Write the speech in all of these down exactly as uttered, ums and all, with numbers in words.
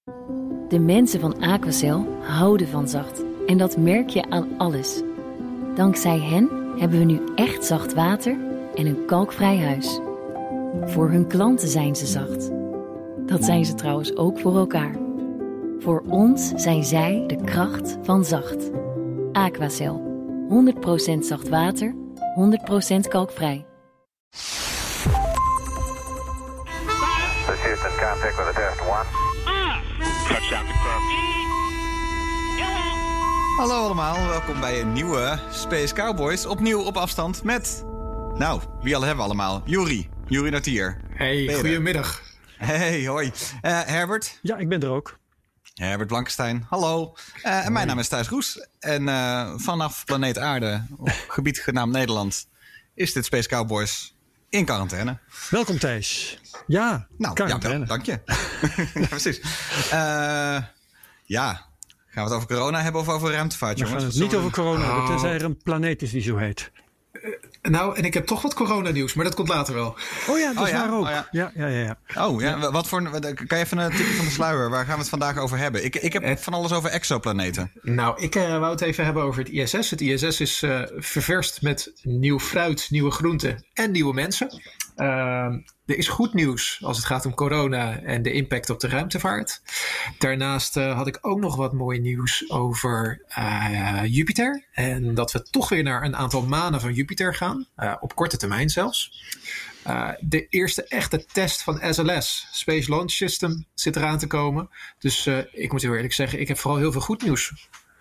De mensen van Aquacel houden van zacht. En dat merk je aan alles. Dankzij hen hebben we nu echt zacht water en een kalkvrij huis. Voor hun klanten zijn ze zacht. Dat zijn ze trouwens ook voor elkaar. Voor ons zijn zij de kracht van zacht. Aquacel. honderd procent zacht water, honderd procent kalkvrij. Houston, contact with a test one. Touchdown to Kirk. Hallo allemaal, welkom bij een nieuwe Space Cowboys. Opnieuw op afstand met... Nou, wie al hebben we allemaal? Juri, Juri Natier. Hey, goedemiddag. Hey, hoi. Uh, Herbert. Ja, ik ben er ook. Herbert Blankenstein, hallo. Uh, en mijn naam is Thijs Roes. En uh, vanaf planeet Aarde, op gebied genaamd Nederland, is dit Space Cowboys in quarantaine. Welkom Thijs. Ja, nou, quarantaine. Ja, dank je. Ja, precies. Uh, ja, gaan we het over corona hebben of over ruimtevaart, jongens? We gaan het niet over corona hebben, oh. tenzij er een planeet is die zo heet. Uh, nou, en ik heb toch wat coronanieuws, maar dat komt later wel. Oh ja, dat is oh, ja? waar ook. Oh, ja. Ja, ja, ja, ja. Oh ja, wat voor, kan je even een tipje van de sluier? Waar gaan we het vandaag over hebben? Ik, ik heb het, van alles over exoplaneten. Nou, ik uh, wou het even hebben over het I S S. Het I S S is uh, ververst met nieuw fruit, nieuwe groenten en nieuwe mensen. Uh, er is goed nieuws als het gaat om corona en de impact op de ruimtevaart. Daarnaast uh, had ik ook nog wat mooi nieuws over uh, Jupiter. En dat we toch weer naar een aantal manen van Jupiter gaan. Uh, op korte termijn zelfs. Uh, de eerste echte test van S L S, Space Launch System, zit eraan te komen. Dus uh, ik moet heel eerlijk zeggen, ik heb vooral heel veel goed nieuws.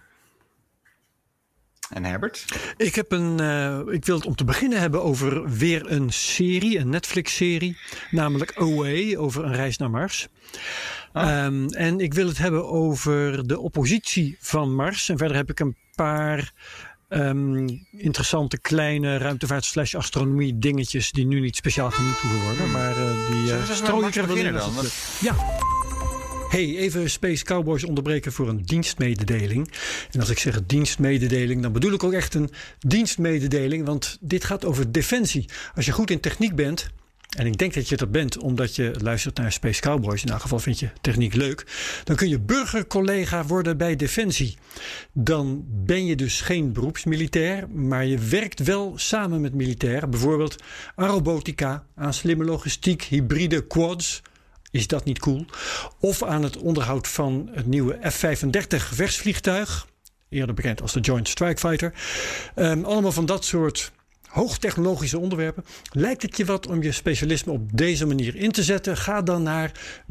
En Herbert? Ik, heb een, uh, ik wil het om te beginnen hebben over weer een serie, een Netflix-serie. Namelijk Away, over een reis naar Mars. Ah. Um, en ik wil het hebben over de oppositie van Mars. En verder heb ik een paar um, interessante kleine ruimtevaart slash astronomie dingetjes die nu niet speciaal genoemd hoeven worden. Maar uh, die uh, strooi ik er wel in. Dan? Ja. Hey, even Space Cowboys onderbreken voor een dienstmededeling. En als ik zeg dienstmededeling, dan bedoel ik ook echt een dienstmededeling. Want dit gaat over defensie. Als je goed in techniek bent, en ik denk dat je dat bent omdat je luistert naar Space Cowboys. In elk geval vind je techniek leuk. Dan kun je burgercollega worden bij Defensie. Dan ben je dus geen beroepsmilitair, maar je werkt wel samen met militairen. Bijvoorbeeld aan robotica, aan slimme logistiek, hybride quads. Is dat niet cool? Of aan het onderhoud van het nieuwe F vijfendertig gevechtsvliegtuig. Eerder bekend als de Joint Strike Fighter. Um, allemaal van dat soort hoogtechnologische onderwerpen. Lijkt het je wat om je specialisme op deze manier in te zetten? Ga dan naar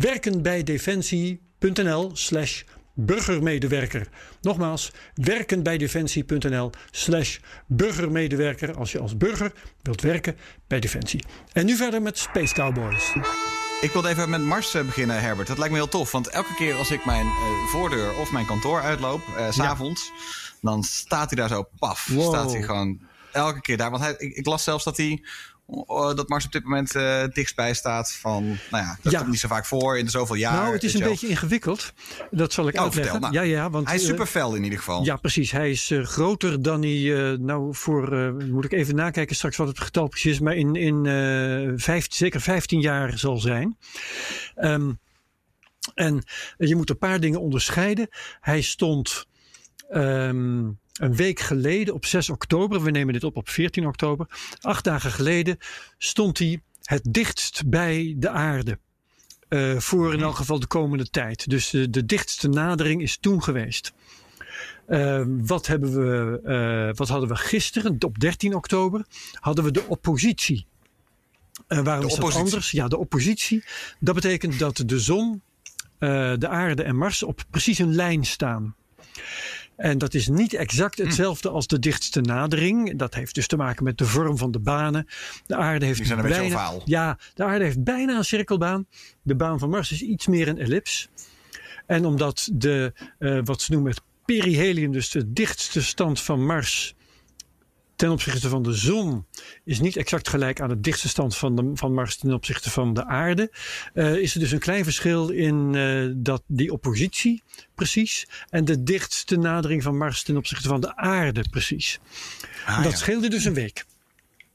werkenbijdefensie.nl slash burgermedewerker. Nogmaals, werkenbijdefensie.nl slash burgermedewerker. Als je als burger wilt werken bij Defensie. En nu verder met Space Cowboys. Ik wilde even met Mars beginnen, Herbert. Dat lijkt me heel tof. Want elke keer als ik mijn uh, voordeur of mijn kantoor uitloop, uh, 's avonds, ja. dan staat hij daar zo paf. Wow. Staat hij gewoon elke keer daar. Want hij, ik, ik las zelfs dat hij uh, dat Mars op dit moment uh, dichtstbij staat van, nou ja, dat ja. komt niet zo vaak voor in de zoveel jaar. Nou, het is een zelf. beetje ingewikkeld. Dat zal ik oh, uitleggen. Vertel, ja, nou, ja, want, hij is super uh, fel in ieder geval. Ja, precies. Hij is uh, groter dan hij, uh, nou voor, uh, moet ik even nakijken straks wat het getal precies is, maar in, in uh, vijf, zeker vijftien jaar zal zijn. Um, en je moet een paar dingen onderscheiden. Hij stond um, een week geleden op zes oktober, we nemen dit op op veertien oktober, acht dagen geleden stond hij het dichtst bij de aarde. Uh, voor in elk geval de komende tijd. Dus uh, de dichtste nadering is toen geweest. Uh, wat, hebben we, uh, wat hadden we gisteren, op dertien oktober, hadden we de oppositie. Uh, waarom de is oppositie. dat anders? Ja, de oppositie. Dat betekent dat de zon, uh, de aarde en Mars op precies een lijn staan. En dat is niet exact hetzelfde als de dichtste nadering. Dat heeft dus te maken met de vorm van de banen. De aarde heeft Die zijn een bijna, beetje ovaal. Ja, de aarde heeft bijna een cirkelbaan. De baan van Mars is iets meer een ellips. En omdat de, uh, wat ze noemen het perihelium, dus de dichtste stand van Mars ten opzichte van de zon is niet exact gelijk aan de dichtste stand van, de, van Mars ten opzichte van de aarde. Uh, is er dus een klein verschil in uh, dat, die oppositie precies en de dichtste nadering van Mars ten opzichte van de aarde precies. Ah, dat ja. scheelde dus een week.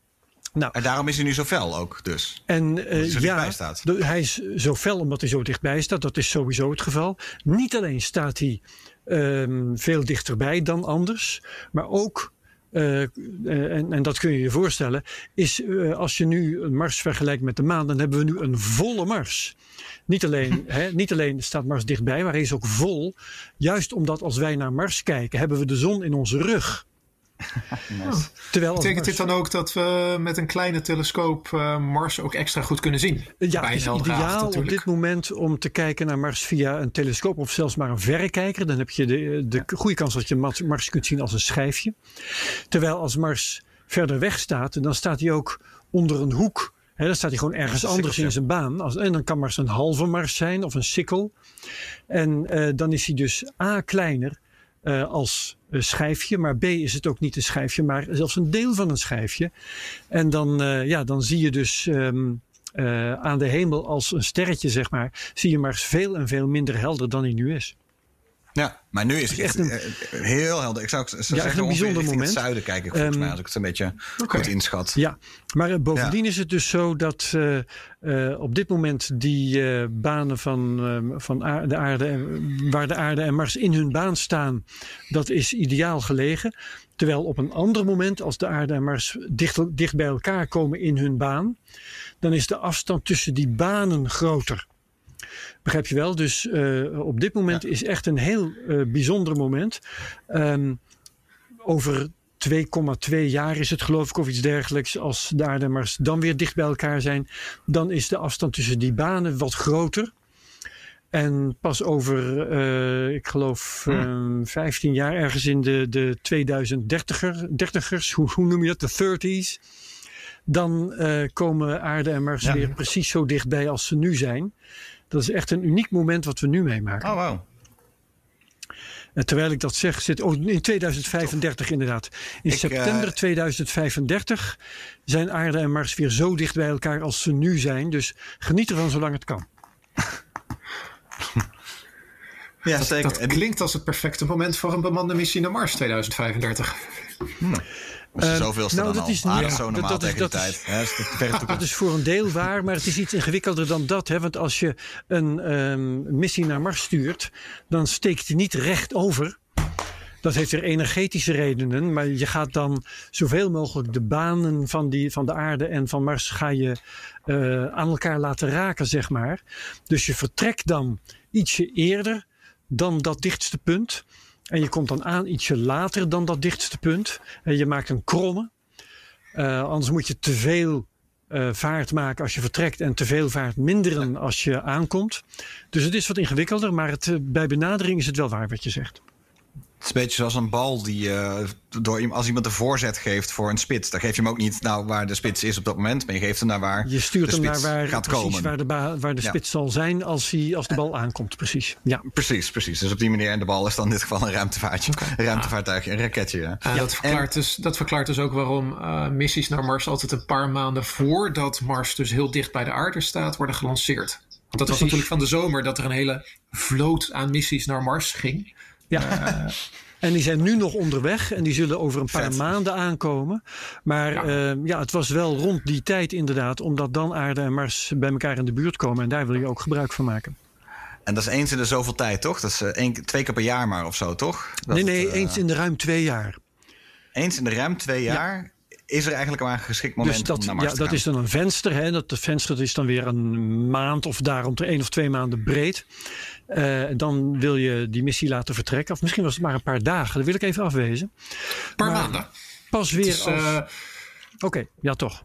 Nou, en daarom is hij nu zo fel ook dus. En uh, hij zo ja, staat. De, hij is zo fel omdat hij zo dichtbij staat. Dat is sowieso het geval. Niet alleen staat hij um, veel dichterbij dan anders, maar ook, uh, uh, en, en dat kun je je voorstellen, is uh, als je nu een Mars vergelijkt met de maan, dan hebben we nu een volle Mars. Niet alleen, hè, niet alleen staat Mars dichtbij, maar hij is ook vol. Juist omdat als wij naar Mars kijken, hebben we de zon in onze rug. Nice. Terwijl Betekent Mars... dit dan ook dat we met een kleine telescoop uh, Mars ook extra goed kunnen zien? Ja, het is ideaal op dit moment om te kijken naar Mars via een telescoop of zelfs maar een verrekijker. Dan heb je de, de goede kans dat je Mars kunt zien als een schijfje. Terwijl als Mars verder weg staat, dan staat hij ook onder een hoek. He, dan staat hij gewoon ergens anders in zijn baan. Als, en dan kan Mars een halve Mars zijn of een sikkel. En uh, dan is hij dus A kleiner uh, als uh, schijfje. Maar B is het ook niet een schijfje, maar zelfs een deel van een schijfje. En dan, uh, ja, dan zie je dus um, uh, aan de hemel als een sterretje, zeg maar, zie je Mars veel en veel minder helder dan hij nu is. Ja, maar nu is het echt, echt een, heel helder. Ik zou, zou ja, zeggen, een bijzonder moment. Het zuiden kijken, volgens um, mij, als ik het een beetje okay. goed inschat. Ja, maar uh, bovendien ja. is het dus zo dat uh, uh, op dit moment die uh, banen van, uh, van aarde, de aarde, waar de aarde en Mars in hun baan staan, dat is ideaal gelegen. Terwijl op een ander moment, als de aarde en Mars dicht, dicht bij elkaar komen in hun baan, dan is de afstand tussen die banen groter. Begrijp je wel? Dus uh, op dit moment ja. is echt een heel uh, bijzonder moment. Um, over twee komma twee jaar is het, geloof ik, of iets dergelijks. Als de aarde en Mars dan weer dicht bij elkaar zijn, dan is de afstand tussen die banen wat groter. En pas over, uh, ik geloof, um, vijftien jaar, ergens in de, de tweeduizend dertigers, hoe, hoe noem je dat, de dertig's, dan uh, komen aarde en Mars ja. weer precies zo dichtbij als ze nu zijn. Dat is echt een uniek moment wat we nu meemaken. Oh, wow. En terwijl ik dat zeg, zit oh, in tweeduizend vijfendertig Tof. Inderdaad. In ik, september uh, tweeduizend vijfendertig zijn aarde en Mars weer zo dicht bij elkaar als ze nu zijn. Dus geniet ervan zolang het kan. Ja, dat, zeker. Dat klinkt als het perfecte moment voor een bemande missie naar Mars tweeduizend vijfendertig. Hmm. Uh, zoveelste nou, dan dat al. Is, Aardig ja, zo normaal dat, tegen dat die is, tijd. Dat, dat is voor een deel waar, maar het is iets ingewikkelder dan dat. Hè? Want als je een um, missie naar Mars stuurt, dan steekt hij niet recht over. Dat heeft weer energetische redenen, maar je gaat dan zoveel mogelijk de banen van, die, van de aarde en van Mars ga je uh, aan elkaar laten raken, zeg maar. Dus je vertrekt dan ietsje eerder dan dat dichtste punt. En je komt dan aan ietsje later dan dat dichtste punt. En je maakt een kromme. Uh, anders moet je te veel uh, vaart maken als je vertrekt. En te veel vaart minderen als je aankomt. Dus het is wat ingewikkelder. Maar het, uh, bij benadering is het wel waar wat je zegt. Het is een beetje zoals een bal die uh, door, als iemand de voorzet geeft voor een spits. Dan geef je hem ook niet nou waar de spits is op dat moment. Maar je geeft hem naar waar je stuurt de hem spits naar waar, gaat precies komen. Waar de, ba- waar de spits ja. zal zijn als, hij, als de bal aankomt. Precies. Ja. precies, precies. Dus op die manier. En de bal is dan in dit geval een ruimtevaartje. Okay. Een ruimtevaartuigje, een raketje. Ja. Uh, ja. dat, verklaart dus, dat verklaart dus ook waarom uh, missies naar Mars altijd een paar maanden voordat Mars dus heel dicht bij de aarde staat, worden gelanceerd. Want dat precies. was natuurlijk van de zomer dat er een hele vloot aan missies naar Mars ging. Ja. Uh, En die zijn nu nog onderweg en die zullen over een paar Vet. maanden aankomen. Maar ja. Uh, ja, het was wel rond die tijd inderdaad, omdat dan aarde en Mars bij elkaar in de buurt komen. En daar wil je ook gebruik van maken. En dat is eens in de zoveel tijd, toch? Dat is uh, één, twee keer per jaar maar of zo, toch? Dat nee, nee, het, uh, eens in de ruim twee jaar. Eens in de ruim twee jaar ja. is er eigenlijk maar een geschikt moment dus dat, om naar Mars ja, te dat gaan. is dan een venster. Hè? Dat venster is dan weer een maand of daarom te één of twee maanden breed. Uh, dan wil je die missie laten vertrekken. Of misschien was het maar een paar dagen. Dat wil ik even afwezen. Een paar maar maanden. Pas weer is, als... Uh... Oké, okay, ja toch.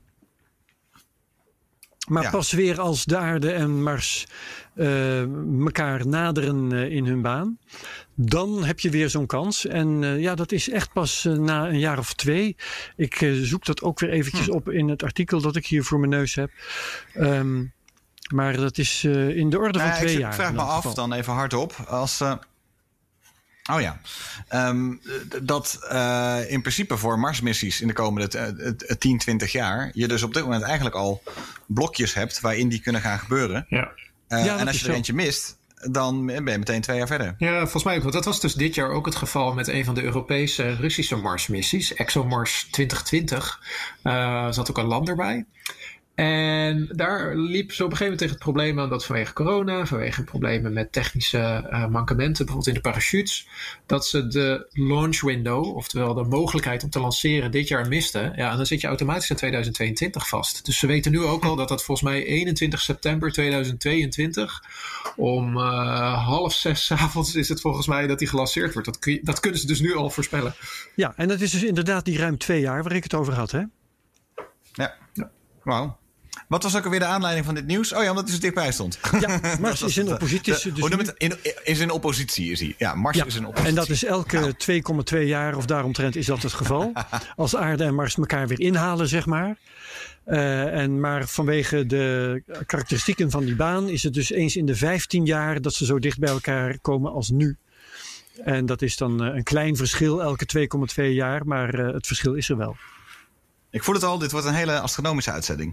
Maar ja. pas weer als de aarde en Mars uh, elkaar naderen uh, in hun baan. Dan heb je weer zo'n kans. En uh, ja, dat is echt pas uh, na een jaar of twee. Ik uh, zoek dat ook weer eventjes hm. op in het artikel dat ik hier voor mijn neus heb. Um, Maar dat is uh, in de orde van nou, twee ik jaar. Ik vraag me af geval. dan even hardop. Als, uh, oh ja. Um, dat uh, in principe voor Marsmissies in de komende uh, tien, twintig jaar... je dus op dit moment eigenlijk al blokjes hebt waarin die kunnen gaan gebeuren. Ja. Uh, ja, en als je er zo. eentje mist... dan ben je meteen twee jaar verder. Ja, volgens mij ook. Want dat was dus dit jaar ook het geval met een van de Europese Russische Marsmissies. ExoMars twintig twintig. Uh, zat ook een land erbij. En daar liep ze op een gegeven moment tegen het probleem aan dat vanwege corona, vanwege problemen met technische uh, mankementen, bijvoorbeeld in de parachutes, dat ze de launch window, oftewel de mogelijkheid om te lanceren, dit jaar misten. Ja, en dan zit je automatisch in tweeduizend tweeëntwintig vast. Dus ze weten nu ook al dat dat volgens mij eenentwintig september tweeduizend tweeëntwintig om uh, half zes 's avonds is het volgens mij dat die gelanceerd wordt. Dat, kun je, dat kunnen ze dus nu al voorspellen. Ja, en dat is dus inderdaad die ruim twee jaar waar ik het over had, hè? Ja. ja. Wauw. Wat was ook alweer de aanleiding van dit nieuws? Oh ja, omdat hij zo dichtbij stond. Ja, Mars is in oppositie. De, dus nu... het, in, is in oppositie, is hij. Ja, Mars ja, is in oppositie. En dat is elke nou. twee komma twee jaar of daaromtrent is dat het geval. Als aarde en Mars elkaar weer inhalen, zeg maar. Uh, en maar vanwege de karakteristieken van die baan is het dus eens in de vijftien jaar dat ze zo dicht bij elkaar komen als nu. En dat is dan uh, een klein verschil elke twee komma twee jaar, maar uh, het verschil is er wel. Ik voel het al, dit wordt een hele astronomische uitzending.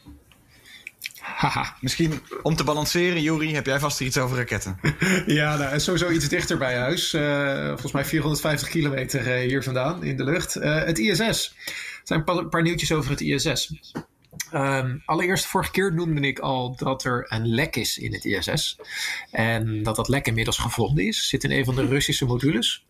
Haha. Misschien om te balanceren, Juri, heb jij vast er iets over raketten? Ja, nou, sowieso iets dichter bij huis. Uh, volgens mij vierhonderdvijftig kilometer uh, hier vandaan in de lucht. Uh, het I S S. Er zijn een paar, paar nieuwtjes over het I S S. Um, allereerst, vorige keer noemde ik al dat er een lek is in het I S S. En dat dat lek inmiddels gevonden is. Zit in een van de Russische modules.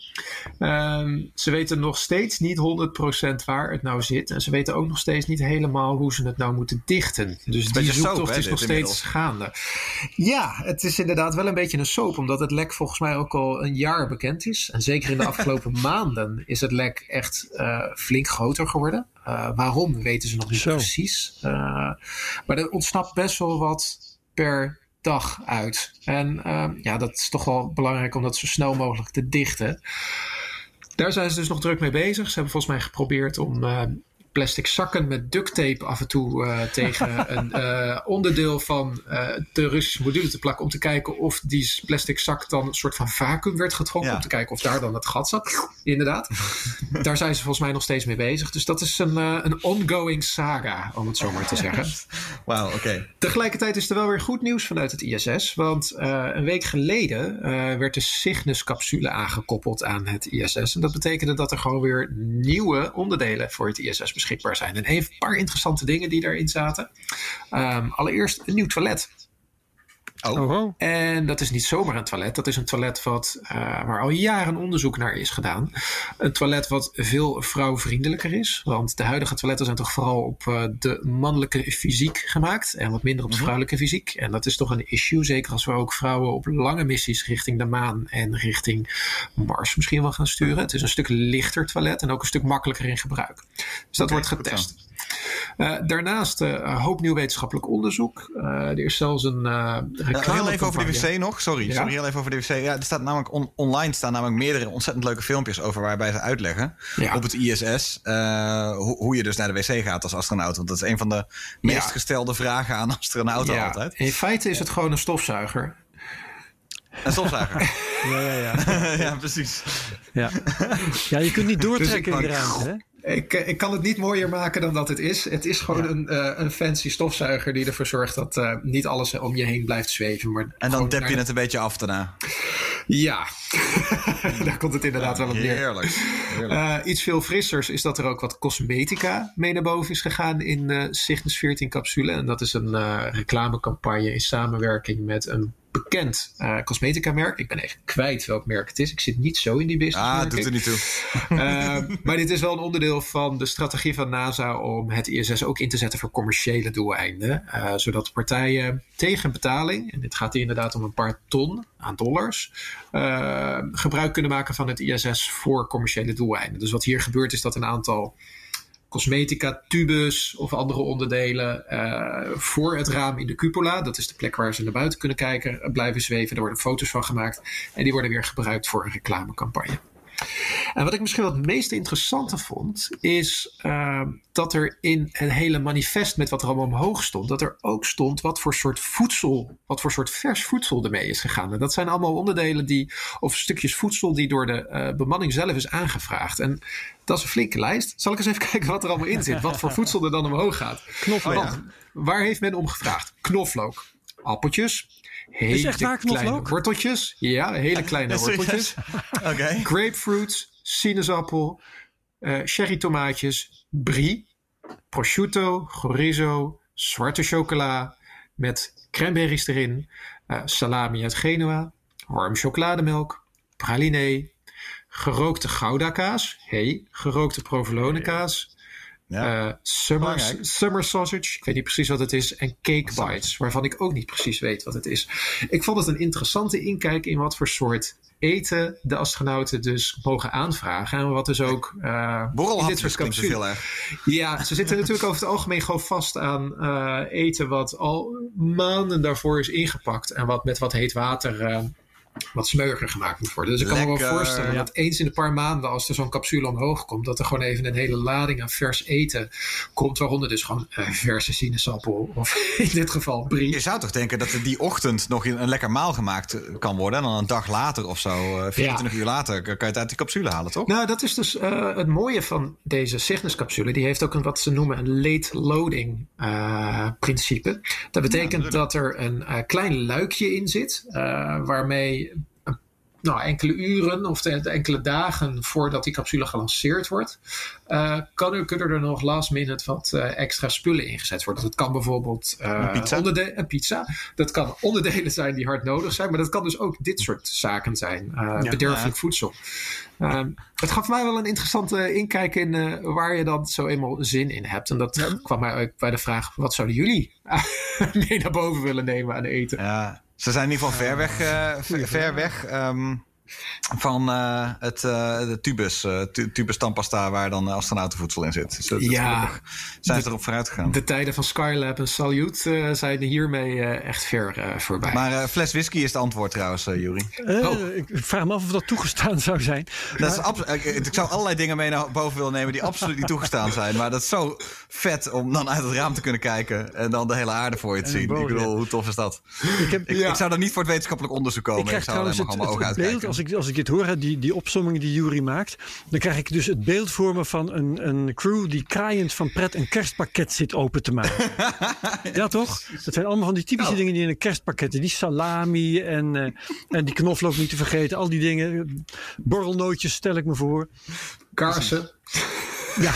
Um, ze weten nog steeds niet honderd procent waar het nou zit. En ze weten ook nog steeds niet helemaal hoe ze het nou moeten dichten. Dus die zoektocht soap, is nog steeds gaande. Ja, het is inderdaad wel een beetje een soap. Omdat het lek volgens mij ook al een jaar bekend is. En zeker in de afgelopen maanden is het lek echt uh, flink groter geworden. Uh, waarom weten ze nog niet Zo. precies. Uh, maar er ontsnapt best wel wat per dag uit. En uh, ja, dat is toch wel belangrijk om dat zo snel mogelijk te dichten. Daar zijn ze dus nog druk mee bezig. Ze hebben volgens mij geprobeerd om uh, plastic zakken met duct tape af en toe uh, tegen een uh, onderdeel van uh, de Russische module te plakken. Om te kijken of die plastic zak dan een soort van vacuüm werd getrokken. Ja. Om te kijken of daar dan het gat zat. Inderdaad. Daar zijn ze volgens mij nog steeds mee bezig. Dus dat is een, uh, een ongoing saga, om het zo maar te zeggen. Wauw, oké. Okay. Tegelijkertijd is er wel weer goed nieuws vanuit het I S S. Want uh, een week geleden uh, werd de Cygnus-capsule aangekoppeld aan het I S S. En dat betekende dat er gewoon weer nieuwe onderdelen voor het I S S beschikbaar zijn. En een paar interessante dingen die daarin zaten. Um, allereerst een nieuw toilet. Oh. Oh. En dat is niet zomaar een toilet. Dat is een toilet wat, uh, waar al jaren onderzoek naar is gedaan. Een toilet wat veel vrouwvriendelijker is. Want de huidige toiletten zijn toch vooral op uh, de mannelijke fysiek gemaakt. En wat minder op de vrouwelijke fysiek. En dat is toch een issue. Zeker als we ook vrouwen op lange missies richting de maan en richting Mars misschien wel gaan sturen. Het is een stuk lichter toilet en ook een stuk makkelijker in gebruik. Dus dat okay, wordt getest. Uh, daarnaast een uh, hoop nieuw wetenschappelijk onderzoek. Uh, er is zelfs een uh, reclame. Heel even over de wc nog. Sorry, ja? sorry, heel even over de wc. Ja, er staat namelijk on- online staan namelijk meerdere ontzettend leuke filmpjes over waarbij ze uitleggen ja. op het I S S uh, ho- hoe je dus naar de wc gaat als astronaut. Want dat is een van de meest ja. gestelde vragen aan astronauten ja. altijd. In feite is het gewoon een stofzuiger. Een stofzuiger. ja, ja, ja. ja, precies. Ja. ja, je kunt niet doortrekken dus in de ruimte, hè? Ik, ik kan het niet mooier maken dan dat het is. Het is gewoon ja. een, uh, een fancy stofzuiger die ervoor zorgt dat uh, niet alles om je heen blijft zweven. Maar en dan dep je het een beetje af daarna. Ja, daar komt het inderdaad ja, wel op neer. Heerlijk. heerlijk. Uh, iets veel frissers is dat er ook wat cosmetica mee naar boven is gegaan in de uh, Cygnus veertien capsule. En dat is een uh, reclamecampagne in samenwerking met een bekend uh, cosmetica merk. Ik ben echt kwijt welk merk het is. Ik zit niet zo in die business. Ah, doet er niet toe. uh, maar dit is wel een onderdeel van de strategie van NASA om het I S S ook in te zetten voor commerciële doeleinden. Uh, zodat partijen tegen betaling, en dit gaat hier inderdaad om een paar ton aan dollars, uh, gebruik kunnen maken van het I S S voor commerciële doeleinden. Dus wat hier gebeurt is dat een aantal cosmetica, tubes of andere onderdelen uh, voor het raam in de cupola. Dat is de plek waar ze naar buiten kunnen kijken, blijven zweven. Er worden foto's van gemaakt en die worden weer gebruikt voor een reclamecampagne. En wat ik misschien wat het meest interessante vond, is uh, dat er in het hele manifest met wat er allemaal omhoog stond, dat er ook stond wat voor soort voedsel, wat voor soort vers voedsel ermee is gegaan. En dat zijn allemaal onderdelen die, of stukjes voedsel die door de uh, bemanning zelf is aangevraagd. En dat is een flinke lijst. Zal ik eens even kijken wat er allemaal in zit? Wat voor voedsel er dan omhoog gaat? Knoflook. Want, waar heeft men om gevraagd? Knoflook, appeltjes, Hele Is echt waar, kleine knoflook? worteltjes. Ja, hele kleine Ja, serieus? worteltjes. Oké. Grapefruit, sinaasappel, uh, cherry tomaatjes, brie, prosciutto, chorizo, zwarte chocola met cranberries erin, uh, salami uit Genua, warm chocolademelk, praline, gerookte gouda kaas, hey, gerookte provolone kaas, Ja. uh, summer, Belangrijk. summer sausage, ik weet niet precies wat het is, en cake bites, waarvan ik ook niet precies weet wat het is. Ik vond het een interessante inkijk in wat voor soort eten de astronauten dus mogen aanvragen. En wat dus ook uh, in dit soort klinkt capsules. heel erg. Ja, ze zitten natuurlijk over het algemeen gewoon vast aan uh, eten wat al maanden daarvoor is ingepakt. En wat met wat heet water uh, wat smeuiger gemaakt moet worden. Dus ik kan me Lekker. wel voorstellen Ja. dat eens in een paar maanden, als er zo'n capsule omhoog komt, dat er gewoon even een hele lading aan vers eten komt. Waaronder dus gewoon uh, verse sinaasappel. Of in dit geval brie. Je zou toch denken dat er die ochtend nog een lekker maal gemaakt kan worden. En dan een dag later of zo, uh, vierentwintig uur later, kan je het uit die capsule halen, toch? Nou, dat is dus uh, het mooie van deze Cygnus-capsule. Die heeft ook een, wat ze noemen een late loading uh, principe. Dat betekent Ja, dat er een uh, klein luikje in zit, uh, waarmee uh, nou, enkele uren of de, de enkele dagen voordat die capsule gelanceerd wordt, uh, kan er, kunnen er nog last minute wat uh, extra spullen ingezet worden. Dat kan bijvoorbeeld uh, Een pizza? onderde- een pizza. Dat kan onderdelen zijn die hard nodig zijn, maar dat kan dus ook dit soort zaken zijn. Uh, Ja. bederfelijk Ja. voedsel. Um, het gaf mij wel een interessante inkijk in uh, waar je dan zo eenmaal zin in hebt. En dat ja. kwam mij uit bij de vraag, wat zouden jullie mee naar boven willen nemen aan eten? Ja, ze zijn in ieder geval ver weg, uh, ver, ver weg um, van uh, het uh, de tubus, uh, tu- tubus tandpasta waar dan astronautenvoedsel in zit. Dus dat, Ja, zijn de, ze erop vooruit gegaan. De tijden van Skylab en Salute uh, zijn hiermee uh, echt ver uh, voorbij. Maar uh, fles whisky is het antwoord trouwens, uh, Juri. Uh, Oh. Ik vraag me af of dat toegestaan zou zijn. Dat is abso- ik, ik zou allerlei dingen mee naar boven willen nemen die absoluut niet toegestaan zijn. Maar dat is zo vet om dan uit het raam te kunnen kijken en dan de hele aarde voor je te En zien. boven, Ik bedoel, ja. hoe tof is dat? Ik, heb, Ik, Ja. ik zou daar niet voor het wetenschappelijk onderzoek komen. Ik krijg Ik zou alleen trouwens maar het, gewoon mijn het, ogen het beeld, uitkijken. als ik, als ik dit hoor, hè, die, die opsomming die Jury maakt, dan krijg ik dus het beeld voor me van een, een crew die kraaiend van pret een kerstpakket zit open te maken. Ja, toch? Dat zijn allemaal van die typische Nou. dingen die in een kerstpakket, die salami en, uh, en die knoflook niet te vergeten, al die dingen. Borrelnootjes stel ik me voor. Kaarsen. Ja,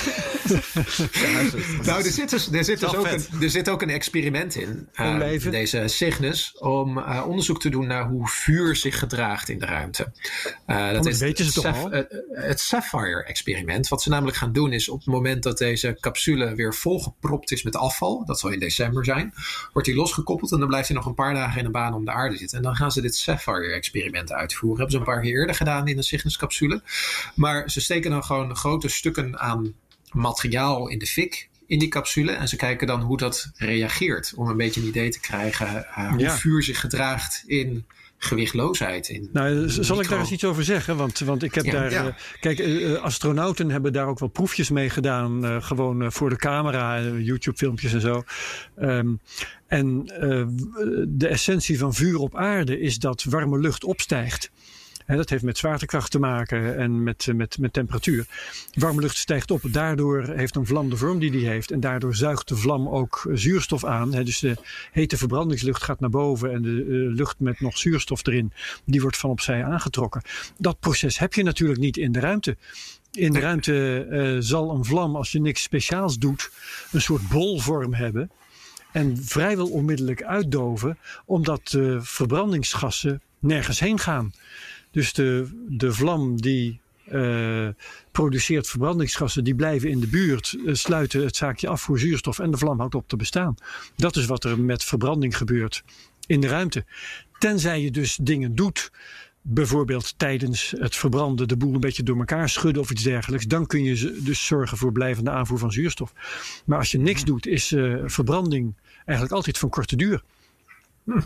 Nou, er zit dus, er zit dus Wel ook, vet. een, er zit ook een experiment in. uh, Olijven. deze Cygnus. Om uh, onderzoek te doen naar hoe vuur zich gedraagt in de ruimte. Uh, dat dat is weten ze het toch Saph- al? uh, het Sapphire-experiment. Wat ze namelijk gaan doen is op het moment dat deze capsule weer volgepropt is met afval. Dat zal in december zijn. Wordt hij losgekoppeld en dan blijft hij nog een paar dagen in een baan om de aarde zitten. En dan gaan ze dit Sapphire-experiment uitvoeren. Hebben ze een paar keer eerder gedaan in een Cygnus-capsule. Maar ze steken dan gewoon grote stukken aan materiaal in de fik in die capsule. En ze kijken dan hoe dat reageert. Om een beetje een idee te krijgen uh, hoe Ja. vuur zich gedraagt in gewichtloosheid. In nou, z- zal ik micro- daar eens iets over zeggen? Want, want ik heb Ja, daar. ja. Uh, kijk, uh, astronauten hebben daar ook wel proefjes mee gedaan. Uh, gewoon uh, voor de camera, uh, YouTube-filmpjes en zo. Um, en uh, de essentie van vuur op aarde is dat warme lucht opstijgt. He, dat heeft met zwaartekracht te maken en met, met, met temperatuur. Warme lucht stijgt op. Daardoor heeft een vlam de vorm die die heeft. En daardoor zuigt de vlam ook zuurstof aan. He, dus de hete verbrandingslucht gaat naar boven. En de uh, lucht met nog zuurstof erin, die wordt van opzij aangetrokken. Dat proces heb je natuurlijk niet in de ruimte. In de ruimte uh, zal een vlam, als je niks speciaals doet, een soort bolvorm hebben. En vrijwel onmiddellijk uitdoven, omdat de verbrandingsgassen nergens heen gaan. Dus de, de vlam die uh, produceert verbrandingsgassen, die blijven in de buurt, uh, sluiten het zaakje af voor zuurstof en de vlam houdt op te bestaan. Dat is wat er met verbranding gebeurt in de ruimte. Tenzij je dus dingen doet, bijvoorbeeld tijdens het verbranden de boel een beetje door elkaar schudden of iets dergelijks, dan kun je dus zorgen voor blijvende aanvoer van zuurstof. Maar als je niks doet, is uh, verbranding eigenlijk altijd van korte duur. Hm.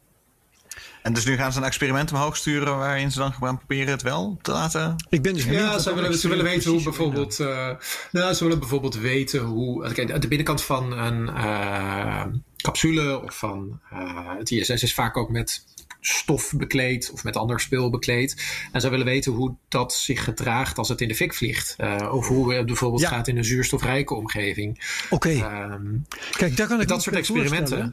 En dus nu gaan ze een experiment omhoog sturen waarin ze dan gaan proberen het wel te laten. Ik ben dus benieuwd Ja, wat ze dat willen, ze willen weten hoe precies bijvoorbeeld. Uh, nou, ze willen bijvoorbeeld weten hoe. Kijk, de binnenkant van een uh, capsule of van uh, het I S S is vaak ook met stof bekleed of met ander spul bekleed. En ze willen weten hoe dat zich gedraagt als het in de fik vliegt. Uh, of hoe het bijvoorbeeld Ja. gaat in een zuurstofrijke omgeving. Oké, okay. Um, kijk, daar kan ik dat me soort bij experimenten. voorstellen.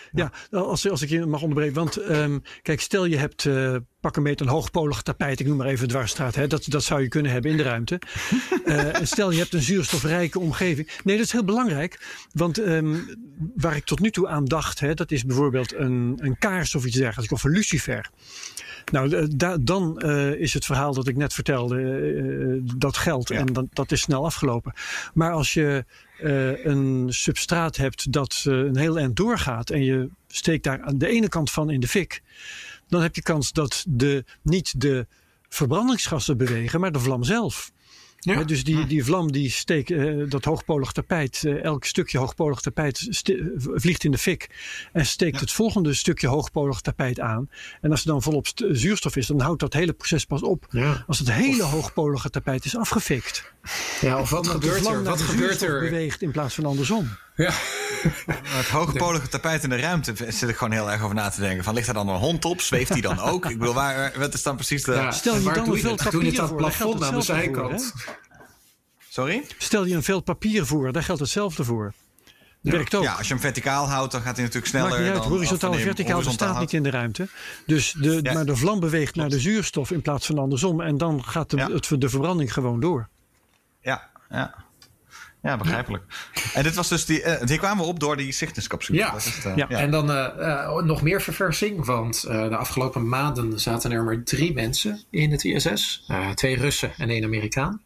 Ja, als, als ik je mag onderbreken. Want um, kijk, stel je hebt uh, pak een beetje een hoogpolig tapijt. Ik noem maar even dwarsstraat. Hè, dat, dat zou je kunnen hebben in de ruimte. uh, en stel je hebt een zuurstofrijke omgeving. Nee, dat is heel belangrijk. Want um, waar ik tot nu toe aan dacht. Hè, dat is bijvoorbeeld een, een kaars of iets dergelijks. Of een lucifer. Nou, da, dan uh, is het verhaal dat ik net vertelde. Uh, dat geldt. Ja. En dan, dat is snel afgelopen. Maar als je uh, een substraat hebt dat uh, een heel eind doorgaat. En je steekt daar aan de ene kant van in de fik. Dan heb je kans dat de, niet de verbrandingsgassen bewegen, maar de vlam zelf. Ja. He, dus die, die vlam die steekt, uh, dat hoogpolig tapijt, uh, elk stukje hoogpolig tapijt st- vliegt in de fik en steekt ja. het volgende stukje hoogpolig tapijt aan. En als er dan volop st- zuurstof is, dan houdt dat hele proces pas op ja. als het hele of, hoogpolige tapijt is afgefikt. Ja, of wat dan gebeurt er? Wat gebeurt er? Beweegt in plaats van andersom. Ja. Het hoogpolige tapijt in de ruimte zit ik gewoon heel erg over na te denken. Van, ligt er dan een hond op? Zweeft die dan ook? Ik bedoel, waar, wat is dan precies de... Ja, stel je dan een veld papier voor, plafond aan de zijkant. Sorry? Stel je een veld papier voor, daar geldt hetzelfde voor. Ja. Werkt ook. Ja, als je hem verticaal houdt, dan gaat hij natuurlijk sneller. Maakt niet uit, dan, horizontaal en verticaal bestaat niet in de ruimte. Dus de, ja. Maar de vlam beweegt naar de zuurstof in plaats van andersom. En dan gaat de, ja. het, de verbranding gewoon door. Ja, ja. Ja, begrijpelijk. Ja. En dit was dus die, uh, die kwamen we op door die Cygnus-capsule. Ja. Dat is het, uh, ja. ja, en dan uh, uh, nog meer verversing. Want uh, de afgelopen maanden zaten er maar drie mensen in het I S S. Uh, twee Russen en één Amerikaan.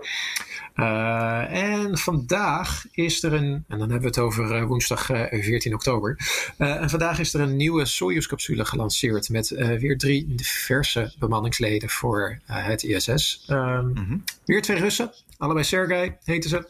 Uh, en vandaag is er een, en dan hebben we het over uh, woensdag uh, veertien oktober. Uh, en vandaag is er een nieuwe Soyuz-capsule gelanceerd met uh, weer drie verse bemanningsleden voor uh, het I S S. Um, mm-hmm. Weer twee Russen, allebei Sergei heten ze.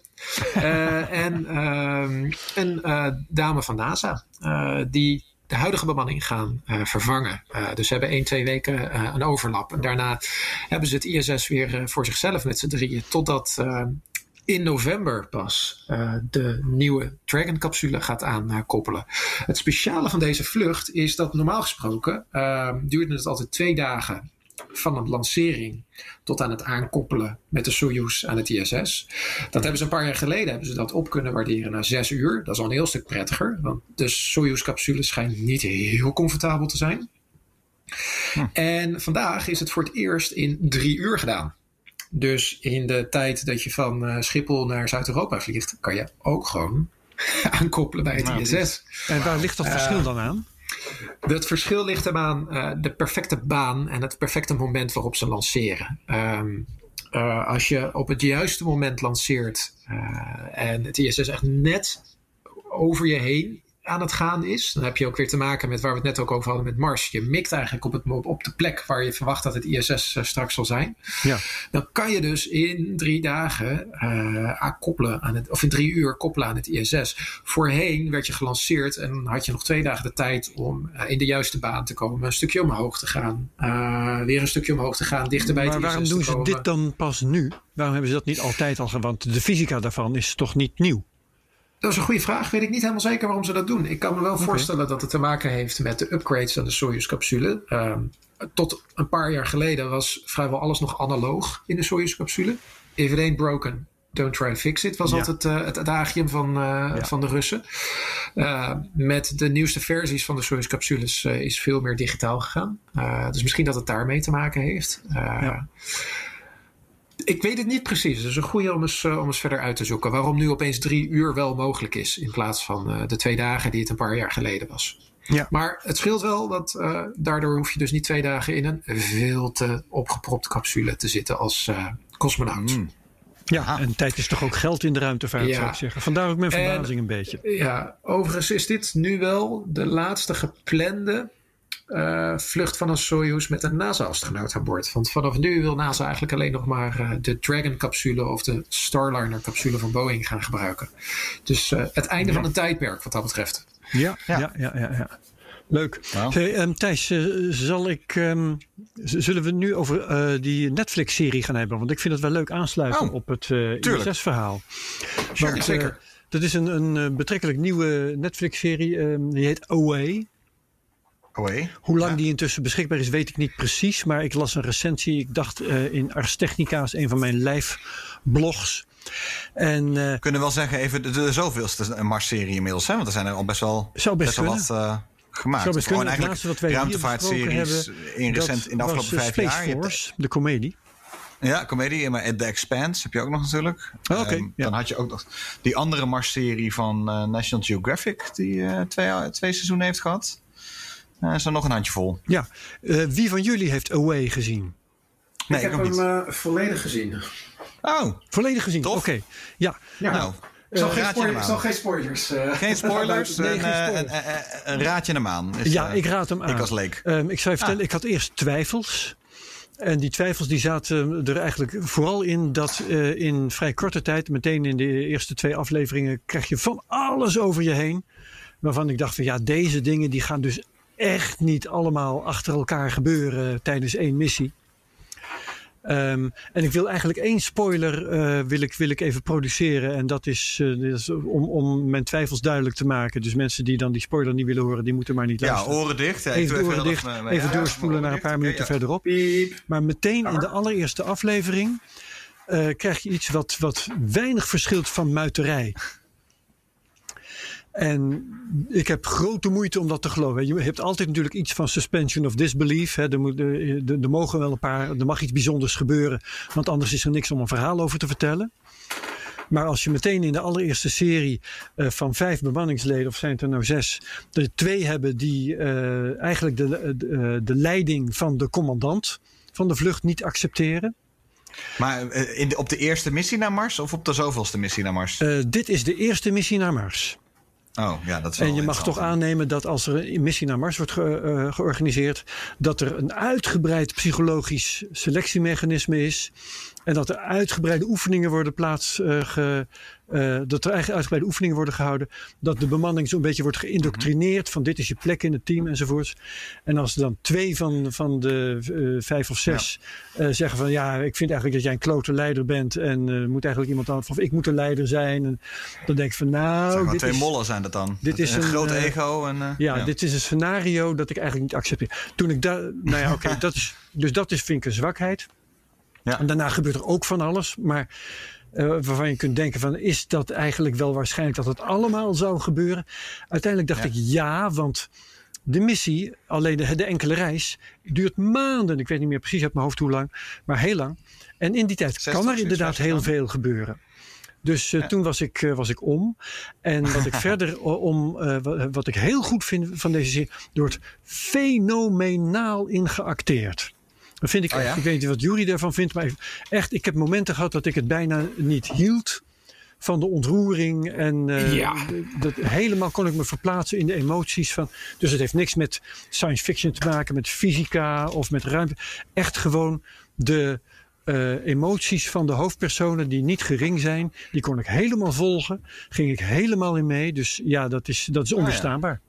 uh, en um, een uh, dame van NASA uh, die de huidige bemanning gaan uh, vervangen. Uh, dus ze hebben één, twee weken uh, een overlap. En daarna hebben ze het I S S weer uh, voor zichzelf met z'n drieën. Totdat uh, in november pas uh, de nieuwe Dragon-capsule gaat aankoppelen. Uh, het speciale van deze vlucht is dat normaal gesproken uh, duurde het altijd twee dagen van een lancering tot aan het aankoppelen met de Soyuz aan het I S S. Dat hebben ze een paar jaar geleden hebben ze dat op kunnen waarderen naar zes uur. Dat is al een heel stuk prettiger, want de Soyuz-capsule schijnt niet heel comfortabel te zijn. Hm. En vandaag is het voor het eerst in drie uur gedaan. Dus in de tijd dat je van uh, Schiphol naar Zuid-Europa vliegt, kan je ook gewoon aankoppelen bij het nou, I S S. En waar ligt dat verschil uh, dan aan? Het verschil ligt hem aan uh, de perfecte baan en het perfecte moment waarop ze lanceren. Um, uh, als je op het juiste moment lanceert uh, en het I S S echt net over je heen aan het gaan is, dan heb je ook weer te maken met waar we het net ook over hadden met Mars. Je mikt eigenlijk op, het, op de plek waar je verwacht dat het I S S uh, straks zal zijn. Ja. Dan kan je dus in drie dagen uh, koppelen aan het, of in drie uur koppelen aan het I S S. Voorheen werd je gelanceerd en had je nog twee dagen de tijd om uh, in de juiste baan te komen, een stukje omhoog te gaan, uh, weer een stukje omhoog te gaan, dichter bij maar het I S S te komen. Maar waarom doen ze dit dan pas nu? Waarom hebben ze dat niet altijd al gedaan? Want de fysica daarvan is toch niet nieuw? Dat is een goede vraag. Weet ik niet helemaal zeker waarom ze dat doen. Ik kan me wel okay. voorstellen dat het te maken heeft met de upgrades aan de Soyuz-capsule. Uh, tot een paar jaar geleden was vrijwel alles nog analoog in de Soyuz-capsule. If it ain't broken, don't try to fix it was ja. altijd uh, het adagium van, uh, ja. van de Russen. Uh, met de nieuwste versies van de Soyuz-capsules uh, is veel meer digitaal gegaan. Uh, dus misschien dat het daarmee te maken heeft. Uh, ja. Ik weet het niet precies. Het is een goede om eens, uh, om eens verder uit te zoeken. Waarom nu opeens drie uur wel mogelijk is. In plaats van uh, de twee dagen die het een paar jaar geleden was. Ja. Maar het scheelt wel. Dat uh, daardoor hoef je dus niet twee dagen in een veel te opgepropt capsule te zitten als uh, cosmonaut. Mm. Ja, en tijd is toch ook geld in de ruimtevaart, ja. zou ik zeggen. Vandaar ook mijn verbazing en, een beetje. Ja, overigens is dit nu wel de laatste geplande Uh, vlucht van een Soyuz met een NASA-astronaut aan boord. Want vanaf nu wil NASA eigenlijk alleen nog maar uh, de Dragon-capsule of de Starliner-capsule van Boeing gaan gebruiken. Dus uh, het einde ja. van een tijdperk wat dat betreft. Ja, ja, ja, ja. ja, ja. Leuk. Wow. Hey, um, Thijs, uh, zal ik, um, z- zullen we nu over uh, die Netflix-serie gaan hebben? Want ik vind het wel leuk aansluiten oh, op het uh, I S S-verhaal. Sure, Want, zeker. Uh, dat is een, een betrekkelijk nieuwe Netflix-serie. Um, die heet O A. O A? Hoe lang ja. die intussen beschikbaar is, weet ik niet precies. Maar ik las een recensie. Ik dacht uh, in Ars Technica, een van mijn live-blogs. En, uh, we kunnen wel zeggen, even de, de zoveelste Mars-serie inmiddels. Hè? Want er zijn er al best wel, zou best, best wel wat... Uh, gemaakt. Zou best Gewoon kunnen. Het laatste wat wij hier besproken ruimtevaartseries hebben, in, recent, in de afgelopen was, uh, vijf Space jaar. Je Force, hebt, de comedie. ja, comedie. Maar The Expanse heb je ook nog natuurlijk. Oh, Oké. Okay, um, ja. Dan had je ook nog die andere Mars-serie van uh, National Geographic, die uh, twee, twee seizoenen heeft gehad. Uh, is er nog een handjevol. Ja. Uh, wie van jullie heeft Away gezien? Nee, ik heb ik nog hem niet. uh, volledig gezien. Oh, volledig gezien? Oké. Okay. Ja. ja. Nou, ik zal, uh, geen, spoil- ik zal geen spoilers. Uh, geen spoilers. nee, een, geen uh, spoilers. Een, een, een raadje naar maan. Is, ja, uh, ik raad hem aan. Ik als leek. Um, ik zou je vertellen, Ah. ik had eerst twijfels. En die twijfels die zaten er eigenlijk vooral in dat uh, in vrij korte tijd, meteen in de eerste twee afleveringen, krijg je van alles over je heen. Waarvan ik dacht van ja, deze dingen die gaan dus echt niet allemaal achter elkaar gebeuren tijdens één missie. Um, en ik wil eigenlijk één spoiler uh, wil ik, wil ik even produceren. En dat is, uh, dat is om, om mijn twijfels duidelijk te maken. Dus mensen die dan die spoiler niet willen horen, die moeten maar niet Ja, luisteren. oren dicht. Ja, even ik doe oren dicht, even, even ja, doorspoelen naar een paar minuten okay, ja. verderop. Piep. Maar meteen in de allereerste aflevering uh, krijg je iets wat, wat weinig verschilt van muiterij. En ik heb grote moeite om dat te geloven. Je hebt altijd natuurlijk iets van suspension of disbelief. Hè. Er, moet, er, er mogen wel een paar, er mag iets bijzonders gebeuren. Want anders is er niks om een verhaal over te vertellen. Maar als je meteen in de allereerste serie uh, van vijf bemanningsleden, of zijn het er nou zes, er twee hebben die uh, eigenlijk de, de, de leiding van de commandant van de vlucht niet accepteren. Maar uh, in de, op de eerste missie naar Mars of op de zoveelste missie naar Mars? Uh, dit is de eerste missie naar Mars. Oh, ja, dat is wel en je mag toch aannemen dat als er een missie naar Mars wordt ge, uh, georganiseerd, dat er een uitgebreid psychologisch selectiemechanisme is. En dat er uitgebreide oefeningen worden plaats, uh, ge, uh, dat er eigen uitgebreide oefeningen worden gehouden. Dat de bemanning zo'n beetje wordt geïndoctrineerd van dit is je plek in het team enzovoorts. En als er dan twee van, van de uh, vijf of zes ja. uh, zeggen van ja, ik vind eigenlijk dat jij een klote leider bent en uh, moet eigenlijk iemand anders, of ik moet de leider zijn. En dan denk ik van nou, dit twee is, mollen zijn dat dan. Dit is een, een groot uh, ego. En, uh, ja, ja, dit is een scenario dat ik eigenlijk niet accepteer. Toen ik daar, nou ja, oké, okay, dat is, dus dat is vind ik een zwakheid. Ja. En daarna gebeurt er ook van alles. Maar uh, waarvan je kunt denken van, is dat eigenlijk wel waarschijnlijk dat het allemaal zou gebeuren? Uiteindelijk dacht ja. ik ja, want de missie, alleen de, de enkele reis, duurt maanden. Ik weet niet meer precies uit mijn hoofd hoe lang, maar heel lang. En in die tijd zestig, kan er inderdaad heel veel gebeuren. Dus uh, ja. toen was ik, uh, was ik om. En wat ik verder om, uh, wat, wat ik heel goed vind van deze serie, er wordt fenomenaal in geacteerd. Dat vind ik, oh ja? Ik weet niet wat Yuri daarvan vindt, maar echt, ik heb momenten gehad dat ik het bijna niet hield van de ontroering. En uh, ja. dat, helemaal kon ik me verplaatsen in de emoties van. Dus het heeft niks met science fiction te maken, met fysica of met ruimte. Echt gewoon de uh, emoties van de hoofdpersonen die niet gering zijn, die kon ik helemaal volgen. Ging ik helemaal in mee. Dus ja, dat is, dat is onweerstaanbaar. Oh ja.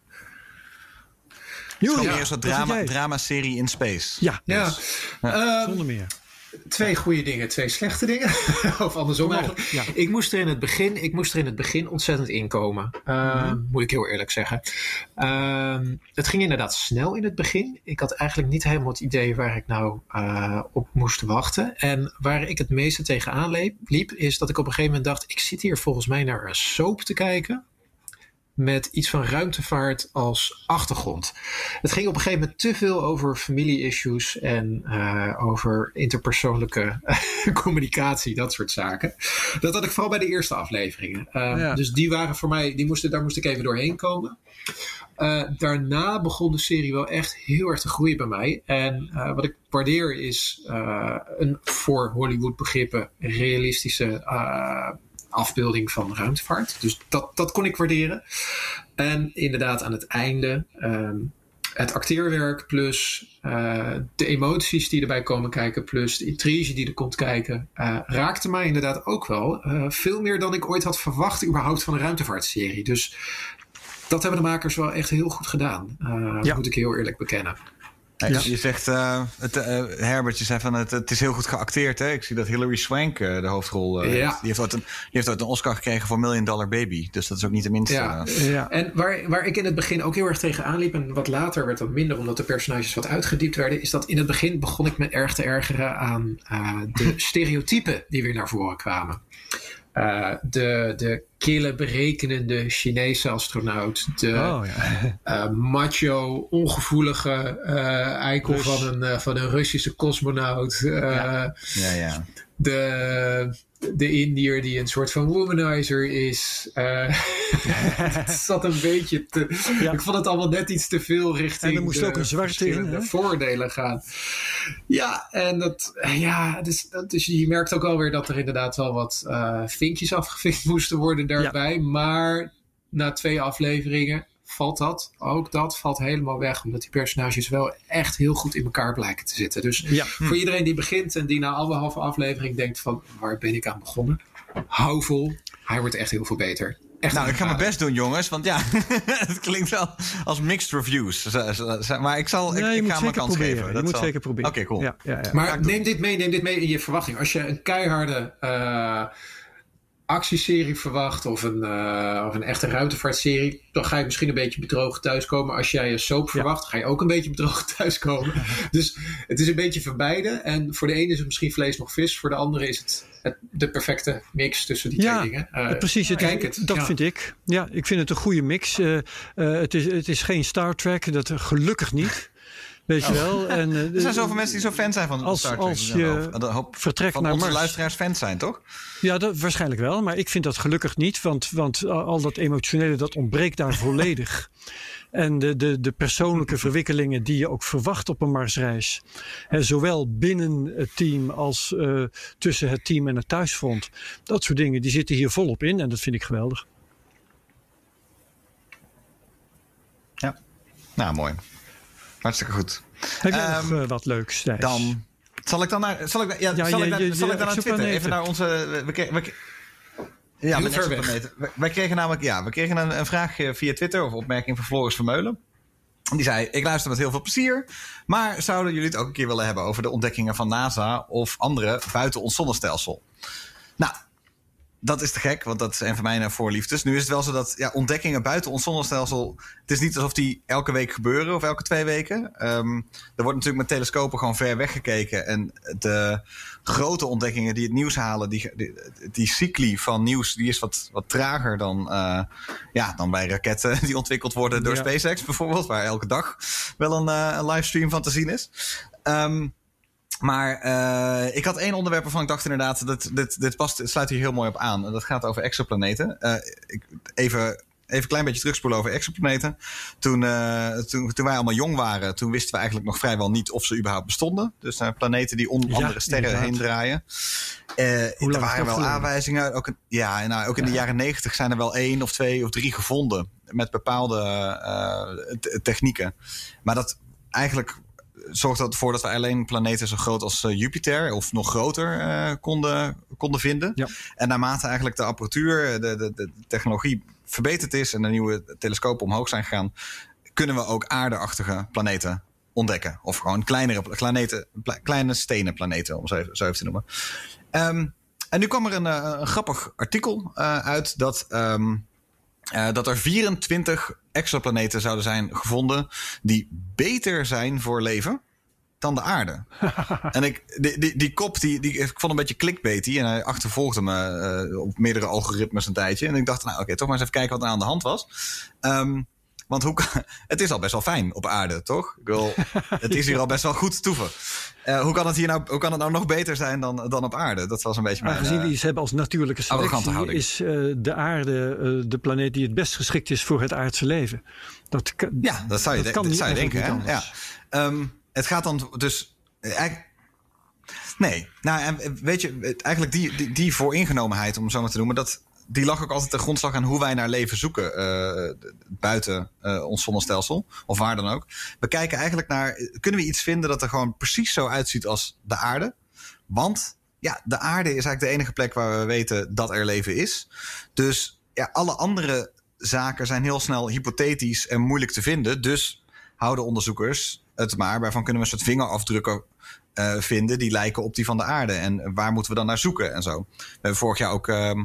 Julia, meer een soort drama, drama-serie in space. Ja, ja. Dus, ja. Um, zonder meer. Twee goede dingen, twee slechte dingen. Of andersom oh, eigenlijk. Ja. Ik moest er in het begin, ik moest er in het begin ontzettend inkomen. Uh, mm-hmm. Moet ik heel eerlijk zeggen. Uh, het ging inderdaad snel in het begin. Ik had eigenlijk niet helemaal het idee waar ik nou uh, op moest wachten. En waar ik het meeste tegenaan liep, liep, is dat ik op een gegeven moment dacht, ik zit hier volgens mij naar een soap te kijken. Met iets van ruimtevaart als achtergrond. Het ging op een gegeven moment te veel over familie-issues en uh, over interpersoonlijke communicatie, dat soort zaken. Dat had ik vooral bij de eerste afleveringen. Uh, ja. Dus die waren voor mij, die moesten, daar moest ik even doorheen komen. Uh, daarna begon de serie wel echt heel erg te groeien bij mij. En uh, wat ik waardeer is uh, een voor Hollywood begrippen realistische Uh, afbeelding van ruimtevaart. Dus dat, dat kon ik waarderen. En inderdaad aan het einde um, het acteerwerk plus uh, de emoties die erbij komen kijken plus de intrige die er komt kijken uh, raakte mij inderdaad ook wel. Uh, veel meer dan ik ooit had verwacht überhaupt van een ruimtevaartserie. Dus dat hebben de makers wel echt heel goed gedaan. Uh, ja. Moet ik heel eerlijk bekennen. Ja. Je zegt, uh, het, uh, Herbert, je zei van het, het is heel goed geacteerd. Hè? Ik zie dat Hilary Swank uh, de hoofdrol uh, ja. heeft. Die heeft, ooit een, die heeft ooit een Oscar gekregen voor Million Dollar Baby. Dus dat is ook niet de minste. Ja. Uh. Ja. En waar, waar ik in het begin ook heel erg tegenaan liep, en wat later werd dat minder omdat de personages wat uitgediept werden, is dat in het begin begon ik me erg te ergeren aan uh, de stereotypen die weer naar voren kwamen. Uh, de, de kille berekenende Chinese astronaut. De oh, ja. uh, macho, ongevoelige uh, eikel Rus. van, een, uh, van een Russische cosmonaut. Uh, ja. Ja, ja. De, de Indiër die een soort van womanizer is. Uh, het zat een beetje te... Ja. Ik vond het allemaal net iets te veel richting en er moest de ook een zwarte in, hè? voordelen gaan. Ja, en dat... Ja, dus, dus je merkt ook alweer dat er inderdaad wel wat uh, vinkjes afgevinkt moesten worden daarbij. Ja. Maar na twee afleveringen valt dat, ook dat valt helemaal weg. Omdat die personages wel echt heel goed in elkaar blijken te zitten. Dus ja. hm. voor iedereen die begint en die na anderhalve aflevering denkt van, waar ben ik aan begonnen? Hou vol, hij wordt echt heel veel beter. Echt nou, ik ga mijn best doen, jongens. Want ja, het klinkt wel als mixed reviews. Maar ik zal nee, ik, ik ga mijn kans proberen. geven. Je dat moet zal... zeker proberen. Oké, okay, cool. Ja, ja, ja. Maar neem dit mee, neem dit mee in je verwachting. Als je een keiharde uh, actieserie verwacht of een, uh, of een echte ruimtevaartserie, dan ga je misschien een beetje bedrogen thuiskomen. Als jij een soap verwacht, ja. ga je ook een beetje bedrogen thuiskomen. Dus het is een beetje van beide. En voor de ene is het misschien vlees nog vis. Voor de andere is het, het de perfecte mix tussen die ja, twee dingen. Uh, precies, het, kijk het. dat ja. vind ik. Ja, ik vind het een goede mix. Uh, uh, het, is, het is geen Star Trek, dat gelukkig niet. Weet je wel. En, uh, er zijn zoveel mensen die zo fan zijn van als, Star Trek. Als je de hoop vertrekt van naar onze Mars. luisteraars fans zijn, toch? Ja, dat, waarschijnlijk wel. Maar ik vind dat gelukkig niet. Want, want al dat emotionele, dat ontbreekt daar volledig. En de, de, de persoonlijke verwikkelingen die je ook verwacht op een Marsreis. He, zowel binnen het team als uh, tussen het team en het thuisfront. Dat soort dingen, die zitten hier volop in. En dat vind ik geweldig. Ja, nou mooi. Hartstikke goed. Heb je um, nog uh, wat leuks, Thijs? Dan zal ik dan naar, zal ik, ja, ja, zal je, ik naar, je, zal ik dan naar Twitter even naar onze. We, we, we, ja, met exoplaneten. We, wij kregen namelijk, ja, we kregen een, een vraag via Twitter of opmerking van Floris Vermeulen. Die zei: ik luister met heel veel plezier, maar zouden jullie het ook een keer willen hebben over de ontdekkingen van NASA of andere buiten ons zonnestelsel? Nou. Dat is te gek, want dat is een van mijn voorliefdes. Nu is het wel zo dat ja, ontdekkingen buiten ons zonnestelsel, het is niet alsof die elke week gebeuren of elke twee weken. Um, er wordt natuurlijk met telescopen gewoon ver weggekeken. En de grote ontdekkingen die het nieuws halen, die, die, die cycli van nieuws, die is wat, wat trager dan, uh, ja, dan bij raketten die ontwikkeld worden door ja. SpaceX bijvoorbeeld, waar elke dag wel een, uh, een livestream van te zien is. Um, Maar uh, ik had één onderwerp waarvan ik dacht inderdaad, dit, dit, dit past, het sluit hier heel mooi op aan. En dat gaat over exoplaneten. Uh, ik, even, even een klein beetje terugspoelen over exoplaneten. Toen, uh, toen, toen wij allemaal jong waren, toen wisten we eigenlijk nog vrijwel niet of ze überhaupt bestonden. Dus uh, planeten die om ja, andere sterren inderdaad. heen draaien. Uh, er waren wel aanwijzingen. Ook, ja, nou, ook in de jaren negentig zijn er wel één of twee of drie gevonden. Met bepaalde uh, t- technieken. Maar dat eigenlijk zorgt dat ervoor dat we alleen planeten zo groot als uh, Jupiter of nog groter uh, konden, konden vinden. Ja. En naarmate eigenlijk de apparatuur, de, de, de technologie verbeterd is en de nieuwe telescopen omhoog zijn gegaan, kunnen we ook aardeachtige planeten ontdekken. Of gewoon kleinere planeten, pla- kleine stenen planeten, om zo even, zo even te noemen. Um, en nu kwam er een, uh, een grappig artikel uh, uit dat, um, uh, dat er vierentwintig exoplaneten zouden zijn gevonden die beter zijn voor leven dan de aarde. En ik, die, die, die kop, die, die, ik vond een beetje clickbaity en hij achtervolgde me uh, op meerdere algoritmes een tijdje. En ik dacht, nou oké, okay, toch maar eens even kijken wat er aan de hand was. Um, want hoe, het is al best wel fijn op aarde, toch? Ik wil, het is hier al best wel goed toeven. Uh, hoe kan het hier nou, hoe kan het nou nog beter zijn dan, dan op aarde? Dat was een beetje mijn Aangezien uh, we iets hebben als natuurlijke selectie, is uh, de aarde uh, de planeet die het best geschikt is voor het aardse leven. Dat kan, ja, dat zou je, dat de, kan dat zou je denken. Hè? Ja. Um, het gaat dan dus. Uh, nee, nou, en weet je, eigenlijk die, die, die vooringenomenheid, om het zo maar te noemen, dat. Die lag ook altijd ten grondslag aan hoe wij naar leven zoeken uh, buiten uh, ons zonnestelsel. Of waar dan ook. We kijken eigenlijk naar, kunnen we iets vinden dat er gewoon precies zo uitziet als de aarde? Want ja, de aarde is eigenlijk de enige plek waar we weten dat er leven is. Dus ja, alle andere zaken zijn heel snel hypothetisch en moeilijk te vinden. Dus houden onderzoekers het maar. Waarvan kunnen we een soort vingerafdrukken uh, vinden die lijken op die van de aarde. En waar moeten we dan naar zoeken en zo. We hebben vorig jaar ook Uh,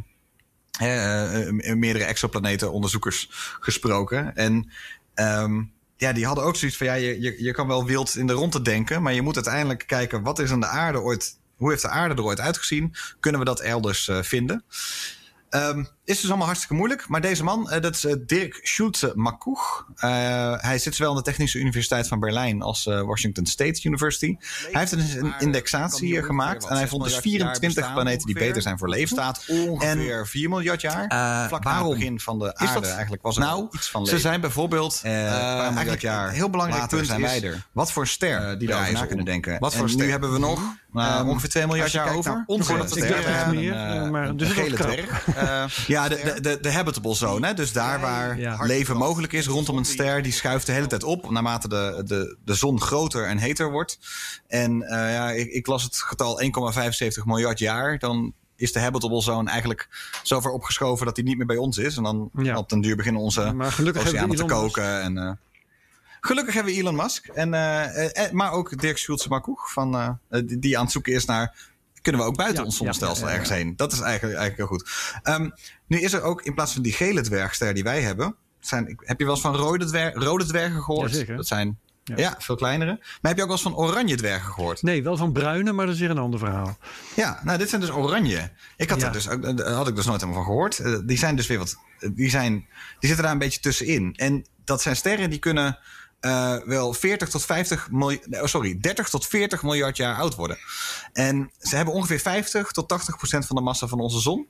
He, uh, meerdere exoplanetenonderzoekers gesproken. En um, ja, die hadden ook zoiets van, ja, je, je, je kan wel wild in de rondte denken, maar je moet uiteindelijk kijken, wat is aan de aarde ooit, hoe heeft de aarde er ooit uitgezien? Kunnen we dat elders uh, vinden? Um, is dus allemaal hartstikke moeilijk. Maar deze man, uh, dat is uh, Dirk Schulze-Makuch. Uh, hij zit zowel aan de Technische Universiteit van Berlijn als uh, Washington State University. Hij heeft een, een indexatie uh, gemaakt. En hij vond dus vierentwintig planeten die beter zijn voor leven. Staat ongeveer vier miljard jaar. Uh, Vlak na het begin van de aarde dat, eigenlijk was er nou, iets van leven. Ze zijn bijvoorbeeld uh, uh, een miljard jaar. Een heel belangrijk punt zijn wij er. Wat voor ster uh, die daar na kunnen denken. Wat voor en ster? Nu hebben we nog uh, um, ongeveer twee miljard jaar over. Voordat we de gele dwerg. Ja, de, de, de, de habitable zone. Hè? Dus daar waar ja, leven mogelijk is rondom een ster, die schuift de hele tijd op naarmate de, de, de zon groter en heter wordt. En uh, ja, ik, ik las het getal één komma vijfenzeventig miljard jaar. Dan is de habitable zone eigenlijk zo ver opgeschoven dat die niet meer bij ons is. En dan ja. op den duur beginnen onze oceanen te koken. En, uh, gelukkig hebben we Elon Musk. En, uh, uh, maar ook Dirk Schulze-Makuch, van, uh, die, die aan het zoeken is naar... kunnen we ook buiten ja, ons zonnestelsel ja, ja, ja, ergens heen. Dat is eigenlijk, eigenlijk heel goed. Um, nu is er ook in plaats van die gele dwergster die wij hebben... Zijn, heb je wel eens van rode, dwer, rode dwergen gehoord? Ja, dat zijn ja. ja, veel kleinere. Maar heb je ook wel eens van oranje dwergen gehoord? Nee, wel van bruine, maar dat is weer een ander verhaal. Ja, nou dit zijn dus oranje. Ik had, ja. er dus, daar had ik dus nooit helemaal van gehoord. Uh, die zijn dus weer wat... Die, zijn, die zitten daar een beetje tussenin. En dat zijn sterren die kunnen... Uh, wel veertig tot vijftig miljard, oh sorry, dertig tot veertig miljard jaar oud worden. En ze hebben ongeveer vijftig tot tachtig procent van de massa van onze zon.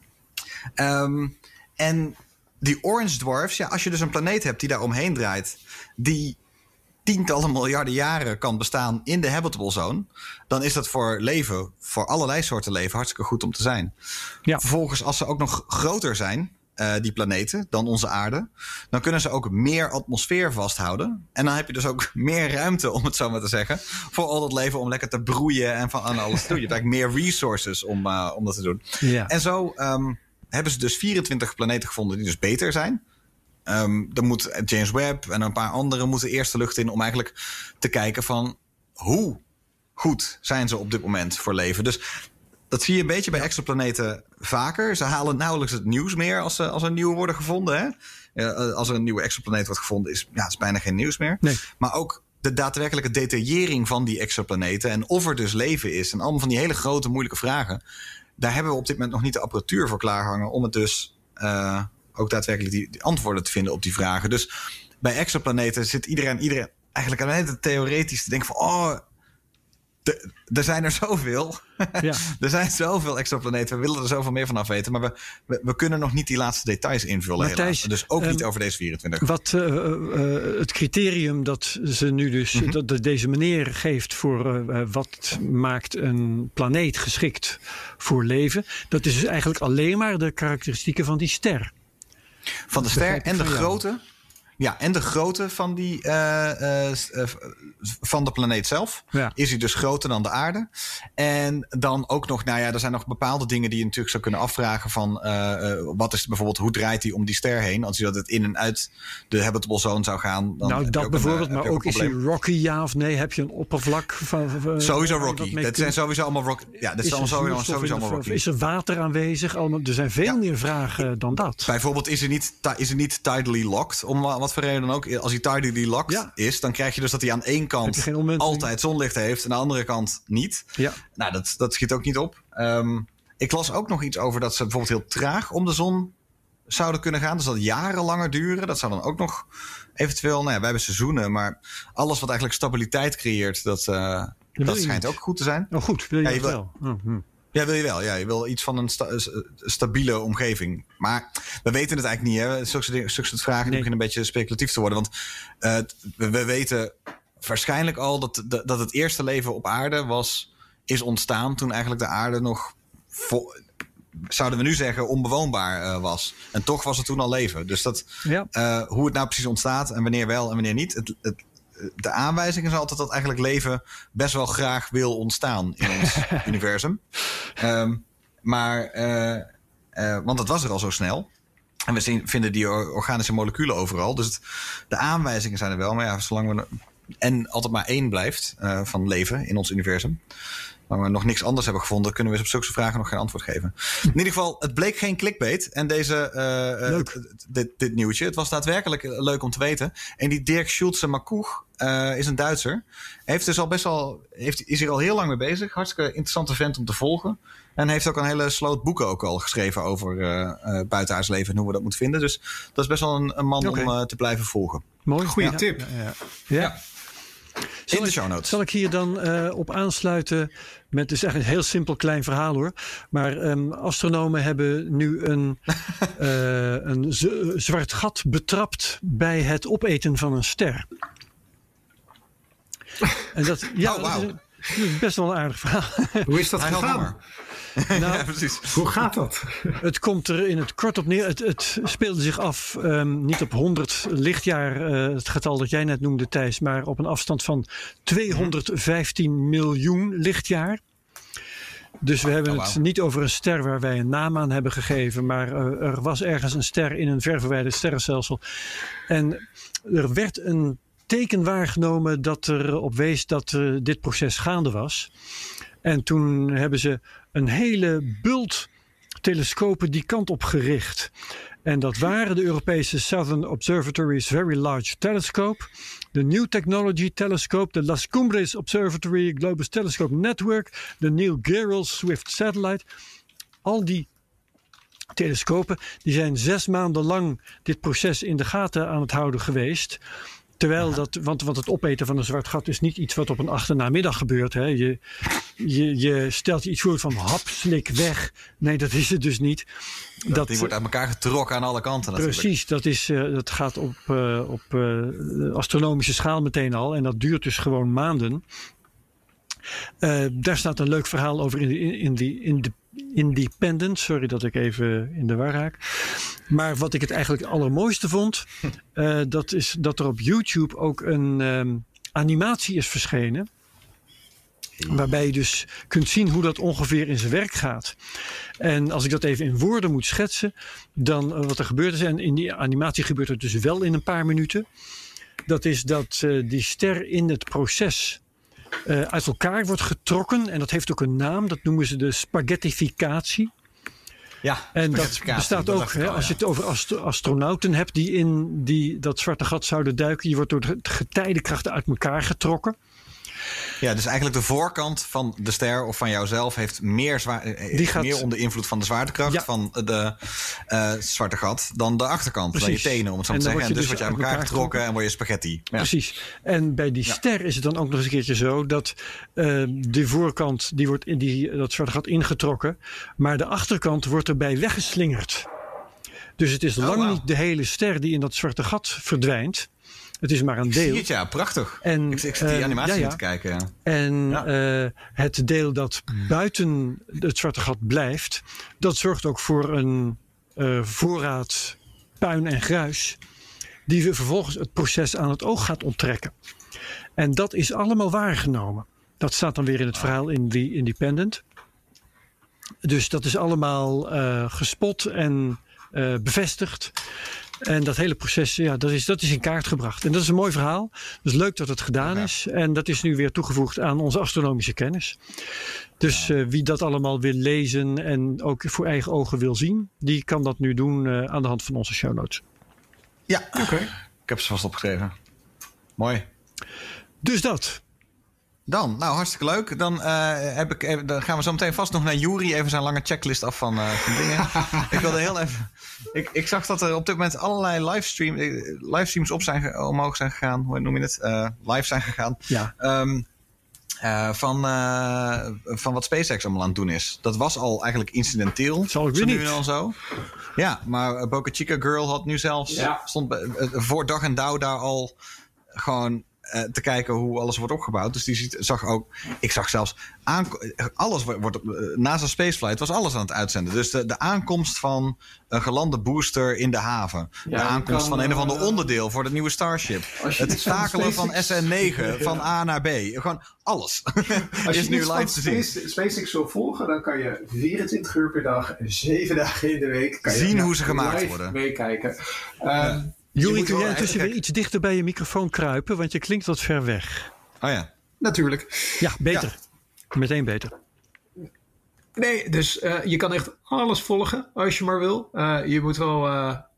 Um, en die orange dwarfs, ja, als je dus een planeet hebt die daar omheen draait, die tientallen miljarden jaren kan bestaan in de habitable zone, dan is dat voor leven, voor allerlei soorten leven, hartstikke goed om te zijn. Ja. Vervolgens, als ze ook nog groter zijn, Uh, die planeten, dan onze aarde, dan kunnen ze ook meer atmosfeer vasthouden. En dan heb je dus ook meer ruimte, om het zo maar te zeggen, voor al dat leven om lekker te broeien en van aan alles te doen. Je hebt eigenlijk meer resources om, uh, om dat te doen. Ja. En zo um, hebben ze dus vierentwintig planeten gevonden die dus beter zijn. Um, dan moet James Webb en een paar anderen moeten eerst de lucht in om eigenlijk te kijken van hoe goed zijn ze op dit moment voor leven. Dus dat zie je een beetje bij exoplaneten vaker. Ze halen nauwelijks het nieuws meer als, ze, als er nieuwe worden gevonden. Hè? Ja, als er een nieuwe exoplaneet wordt gevonden, is ja, het is bijna geen nieuws meer. Nee. Maar ook de daadwerkelijke detaillering van die exoplaneten en of er dus leven is en allemaal van die hele grote moeilijke vragen. Daar hebben we op dit moment nog niet de apparatuur voor klaarhangen om het dus uh, ook daadwerkelijk die, die antwoorden te vinden op die vragen. Dus bij exoplaneten zit iedereen, iedereen eigenlijk alleen theoretisch te denken van oh, de, er zijn er zoveel. Ja. Er zijn zoveel exoplaneten. We willen er zoveel meer vanaf weten. Maar we, we, we kunnen nog niet die laatste details invullen. Matthijs, helaas. Dus ook um, niet over deze vierentwintig. Wat uh, uh, het criterium dat ze nu dus mm-hmm. dat, dat deze meneer geeft voor uh, wat maakt een planeet geschikt voor leven. Dat is dus eigenlijk alleen maar de karakteristieken van die ster. Van de ster en de grootte. Ja, en de grootte van, die, uh, uh, uh, van de planeet zelf. Ja. Is hij dus groter dan de aarde. En dan ook nog, nou ja, er zijn nog bepaalde dingen die je natuurlijk zou kunnen afvragen van uh, uh, wat is bijvoorbeeld, hoe draait hij om die ster heen? Als hij dat het in en uit de habitable zone zou gaan. Dan nou, dat bijvoorbeeld, een, maar ook, ook is hij rocky, ja of nee? Heb je een oppervlak van... van sowieso rocky. Dat zijn sowieso allemaal rocky. Ja, dat is, is sowieso, sowieso allemaal rocky. Is er water aanwezig? Allemaal, er zijn veel ja. meer vragen dan dat. Bijvoorbeeld is er niet, is er niet tidally locked, om wat voor reden dan ook. Als hij tidally locked ja. is, dan krijg je dus dat hij aan één kant altijd zonlicht heeft en aan de andere kant niet. Ja. Nou, dat, dat schiet ook niet op. Um, ik las ook nog iets over dat ze bijvoorbeeld heel traag om de zon zouden kunnen gaan. Dus dat jaren langer duren. Dat zou dan ook nog eventueel... Nou ja, wij hebben seizoenen, maar alles wat eigenlijk stabiliteit creëert, dat, uh, dat schijnt niet. Ook goed te zijn. Oh goed, wil je, ja, je dat wel? Oh, hm. Ja, wil je wel. Ja, je wil iets van een sta- stabiele omgeving. Maar we weten het eigenlijk niet. Hè? Zulke soort vragen nee. beginnen een beetje speculatief te worden. Want uh, we, we weten waarschijnlijk al dat, dat het eerste leven op aarde was, is ontstaan toen eigenlijk de aarde nog, vo- zouden we nu zeggen, onbewoonbaar uh, was. En toch was er toen al leven. Dus dat, ja. uh, hoe het nou precies ontstaat en wanneer wel en wanneer niet. Het, het, de aanwijzing is altijd dat eigenlijk leven best wel graag wil ontstaan in ons universum. Um, maar, uh, uh, want het was er al zo snel. En we zien, vinden die organische moleculen overal. Dus het, de aanwijzingen zijn er wel. Maar ja, zolang we en altijd maar één blijft uh, van leven in ons universum, maar we nog niks anders hebben gevonden, kunnen we op zulke vragen nog geen antwoord geven. In ieder geval, het bleek geen clickbait. En deze, uh, uh, dit, dit nieuwtje, het was daadwerkelijk leuk om te weten. En die Dirk Schulze-Makuch, uh, is een Duitser. Heeft dus al best wel, heeft, is hier al heel lang mee bezig. Hartstikke interessante vent om te volgen. En heeft ook een hele sloot boeken ook al geschreven over uh, uh, buitenaards leven en hoe we dat moeten vinden. Dus dat is best wel een, een man okay. om uh, te blijven volgen. Mooi. Goeie ja. tip. Ja, ja. ja. ja. In de show notes. Zal ik hier dan uh, op aansluiten met, het is eigenlijk een heel simpel klein verhaal hoor. Maar um, astronomen hebben nu een, uh, een z- zwart gat betrapt bij het opeten van een ster. En dat, ja, oh, wow. dat, is, dat is best wel een aardig verhaal. Hoe is dat Hij gegaan? Nou, ja, precies. Hoe gaat dat? Het komt er in het kort op neer. Het, het speelde zich af um, niet op honderd lichtjaar, uh, het getal dat jij net noemde, Thijs, maar op een afstand van tweehonderdvijftien miljoen lichtjaar. Dus we hebben oh, wow. het niet over een ster waar wij een naam aan hebben gegeven, maar uh, er was ergens een ster in een ver verwijderd sterrenstelsel. En er werd een teken waargenomen dat er op wees dat uh, dit proces gaande was. En toen hebben ze een hele bult telescopen die kant op gericht. En dat waren de Europese Southern Observatory's Very Large Telescope, de New Technology Telescope, de Las Cumbres Observatory Globus Telescope Network, de Neil Gehrels Swift Satellite. Al die telescopen die zijn zes maanden lang dit proces in de gaten aan het houden geweest. Terwijl dat, want, want het opeten van een zwart gat is niet iets wat op een achternamiddag gebeurt. Hè. Je, je, je stelt je iets voor van hap, slik, weg. Nee, dat is het dus niet. Dat, dat, die wordt uit elkaar getrokken aan alle kanten natuurlijk. Precies, dat, is, uh, dat gaat op, uh, op uh, astronomische schaal meteen al. En dat duurt dus gewoon maanden. Uh, daar staat een leuk verhaal over in de, in de, in de Independent. Sorry dat ik even in de war raak. Maar wat ik het eigenlijk het allermooiste vond, uh, dat is dat er op YouTube ook een um, animatie is verschenen. Waarbij je dus kunt zien hoe dat ongeveer in zijn werk gaat. En als ik dat even in woorden moet schetsen, dan uh, wat er gebeurt is, en in die animatie gebeurt het dus wel in een paar minuten. Dat is dat uh, die ster in het proces uh, uit elkaar wordt getrokken. En dat heeft ook een naam, dat noemen ze de spaghettificatie. Ja, en dat bestaat dat ook, hè, al, als ja. je het over ast- astronauten hebt die in die, dat zwarte gat zouden duiken. Je wordt door de getijdenkrachten uit elkaar getrokken. Ja, dus eigenlijk de voorkant van de ster of van jouzelf heeft meer, zwaar, die gaat, meer onder invloed van de zwaartekracht ja. van de uh, zwarte gat dan de achterkant. Precies. Van je tenen, om het zo te zeggen. En dus, dus word je uit elkaar, elkaar getrokken en word je spaghetti. Ja. Precies. En bij die ster ja. is het dan ook nog eens een keertje zo dat uh, de voorkant, die wordt in die, dat zwarte gat ingetrokken. Maar de achterkant wordt erbij weggeslingerd. Dus het is oh, lang wow. niet de hele ster die in dat zwarte gat verdwijnt. Het is maar een deel. Ik zie het, ja, prachtig. En, ik, ik zit die animatie uh, ja, ja. te kijken. Ja. En ja. uh, het deel dat buiten het zwarte gat blijft, dat zorgt ook voor een uh, voorraad puin en gruis, die we vervolgens het proces aan het oog gaat onttrekken. En dat is allemaal waargenomen. Dat staat dan weer in het verhaal in The Independent. Dus dat is allemaal uh, gespot en uh, bevestigd. En dat hele proces, ja, dat is, dat is in kaart gebracht. En dat is een mooi verhaal. Dus leuk dat het gedaan ja. is. En dat is nu weer toegevoegd aan onze astronomische kennis. Dus ja. uh, wie dat allemaal wil lezen en ook voor eigen ogen wil zien, die kan dat nu doen uh, aan de hand van onze show notes. Ja, oké. Okay. Ik heb ze vast opgeschreven. Mooi. Dus dat. Dan, nou hartstikke leuk. Dan, uh, heb ik even, dan gaan we zo meteen vast nog naar Juri. Even zijn lange checklist af van, uh, van dingen. Ik wilde heel even... Ik, ik zag dat er op dit moment allerlei livestream, livestreams op zijn, omhoog zijn gegaan. Hoe noem je het? Uh, live zijn gegaan. Ja. Um, uh, van, uh, van wat SpaceX allemaal aan het doen is. Dat was al eigenlijk incidenteel. Zal ik weer niet. Nu al zo. Ja, maar Boca Chica Girl had nu zelfs... Ja. Stond uh, voor dag en dauw daar al gewoon... Uh, te kijken hoe alles wordt opgebouwd. Dus die ziet, zag ook... Ik zag zelfs... Aanko- alles wordt... Uh, NASA Spaceflight was alles aan het uitzenden. Dus de, de aankomst van een gelande booster in de haven. Ja, de aankomst kan, van een of ander uh, onderdeel voor de nieuwe Starship. Het takelen van S N negen ja. van A naar B. Gewoon alles. Als je is nu live te zien. Space, SpaceX wil volgen, dan kan je vierentwintig uur per dag en zeven dagen in de week... Kan je zien hoe ze gemaakt worden. Meekijken. Um, ja. Juri, kun jij intussen weer iets dichter bij je microfoon kruipen? Want je klinkt wat ver weg. Oh ja. Natuurlijk. Ja, beter. Ja. Meteen beter. Nee, dus uh, je kan echt alles volgen als je maar wil. Uh, je moet wel uh,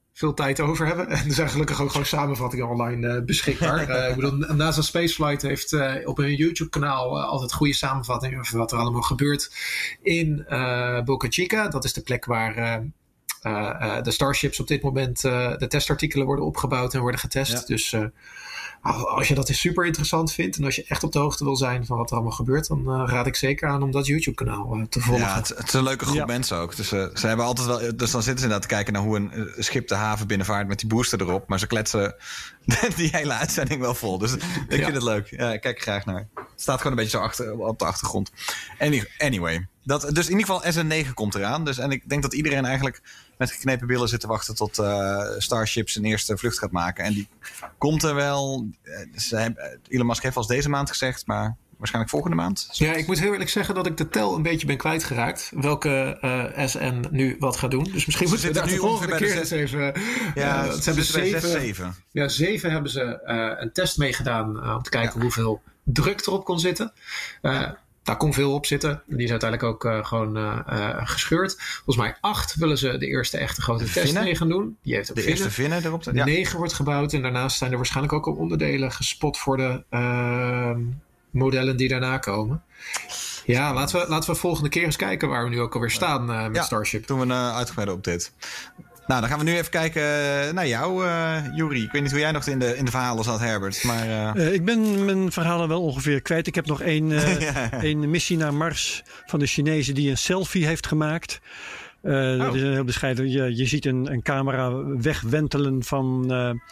veel tijd over hebben. En er zijn gelukkig ook gewoon samenvattingen online uh, beschikbaar. Uh, ik bedoel, NASA Spaceflight heeft uh, op hun YouTube-kanaal uh, altijd goede samenvattingen over wat er allemaal gebeurt in uh, Boca Chica. Dat is de plek waar uh, uh, uh, de Starships op dit moment uh, de testartikelen worden opgebouwd en worden getest. Ja. Dus uh, als je dat super interessant vindt en als je echt op de hoogte wil zijn van wat er allemaal gebeurt, dan uh, raad ik zeker aan om dat YouTube-kanaal uh, te volgen. Ja, het, het is een leuke groep ja. mensen ook. Dus, uh, ze hebben altijd wel, dus dan zitten ze inderdaad te kijken naar hoe een uh, schip de haven binnenvaart met die booster erop. Maar ze kletsen die hele uitzending wel vol. Dus ik ja. vind het leuk. Ja, ik kijk er graag naar. Het staat gewoon een beetje zo achter, op de achtergrond. Anyway. Dat, dus in ieder geval S N negen komt eraan. Dus, en ik denk dat iedereen eigenlijk met geknepen billen zit te wachten tot uh, Starship zijn eerste vlucht gaat maken. En die komt er wel. Ze hebben, Elon Musk heeft al deze maand gezegd, maar waarschijnlijk volgende maand. Ja, ik moet heel eerlijk zeggen dat ik de tel een beetje ben kwijtgeraakt. Welke uh, S N nu wat gaat doen. Dus misschien moeten we daar de volgende keer eens even... Ja, uh, ze hebben zeven, zes, zeven. Ja, zeven hebben ze uh, een test meegedaan uh, om te kijken ja. hoeveel druk erop kon zitten. Uh, Daar kon veel op zitten. Die is uiteindelijk ook uh, gewoon uh, uh, gescheurd. Volgens mij acht willen ze de eerste echte grote test Vinnen? mee gaan doen. Die heeft ook de Vinnen. eerste Vinnen erop. Ja. Negen wordt gebouwd. En daarnaast zijn er waarschijnlijk ook al onderdelen gespot voor de uh, modellen die daarna komen. Ja, laten we, laten we volgende keer eens kijken waar we nu ook alweer staan uh, met ja, Starship. Doen we een uh, uitgebreide update. Nou, dan gaan we nu even kijken naar jou, uh, Juri. Ik weet niet hoe jij nog in de, in de verhalen zat, Herbert. Maar, uh... Uh, ik ben mijn verhalen wel ongeveer kwijt. Ik heb nog één, uh, ja. één missie naar Mars van de Chinezen die een selfie heeft gemaakt. Uh, oh. Dat is een heel bescheiden. Je, je ziet een, een camera wegwentelen van uh, uh,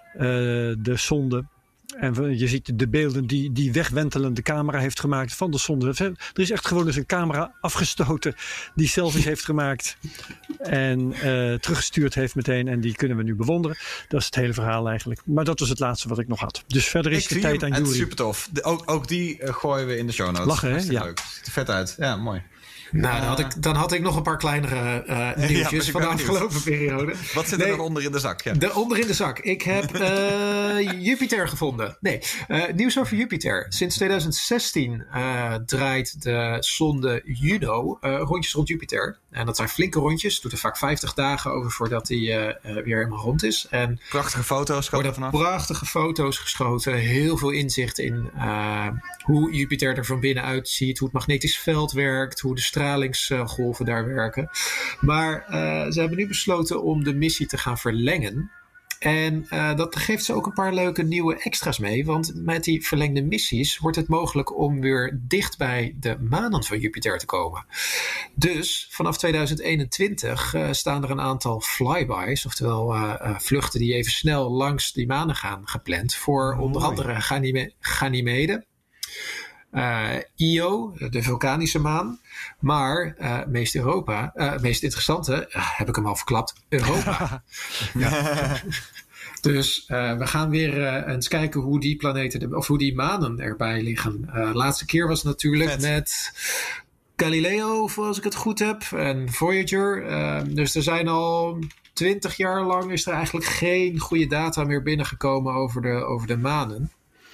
de sonde. En je ziet de beelden die die wegwentelende camera heeft gemaakt van de zonde. Er is echt gewoon dus een camera afgestoten die selfies heeft gemaakt. En uh, teruggestuurd heeft meteen. En die kunnen we nu bewonderen. Dat is het hele verhaal eigenlijk. Maar dat was het laatste wat ik nog had. Dus verder is ik de tijd hem. aan Juri. Super tof. De, ook, ook die uh, gooien we in de show notes. Lachen, hè? Ja. Leuk. Ziet er vet uit. Ja, mooi. Nou, dan had, ik, dan had ik nog een paar kleinere uh, nieuwtjes ja, van de afgelopen periode. Wat zit er nee, nog onder in de zak? Ja. De onder in de zak. Ik heb uh, Jupiter gevonden. Nee, uh, nieuws over Jupiter. Sinds twintig zestien uh, draait de sonde Juno uh, rondjes rond Jupiter. En dat zijn flinke rondjes. Het doet er vaak vijftig dagen over voordat hij uh, uh, weer helemaal rond is. En prachtige foto's. worden vanaf. Prachtige foto's geschoten. Heel veel inzicht in uh, hoe Jupiter er van binnenuit ziet. Hoe het magnetisch veld werkt. Hoe de stralingsgolven daar werken. Maar uh, ze hebben nu besloten om de missie te gaan verlengen. En uh, dat geeft ze ook een paar leuke nieuwe extra's mee. Want met die verlengde missies wordt het mogelijk om weer dicht bij de manen van Jupiter te komen. Dus vanaf tweeduizend eenentwintig uh, staan er een aantal flybys. Oftewel uh, uh, vluchten die even snel langs die manen gaan gepland. Voor oh, onder andere Ganymede. Ganymede. Uh, Io, de vulkanische maan. Maar uh, meest Europa, uh, meest interessante, uh, heb ik hem al verklapt, Europa. Ja. Dus uh, we gaan weer uh, eens kijken hoe die planeten, de, of hoe die manen erbij liggen. Uh, laatste keer was natuurlijk Vet. met Galileo, als ik het goed heb, en Voyager. Uh, dus er zijn al twintig jaar lang is er eigenlijk geen goede data meer binnengekomen over de, over de manen.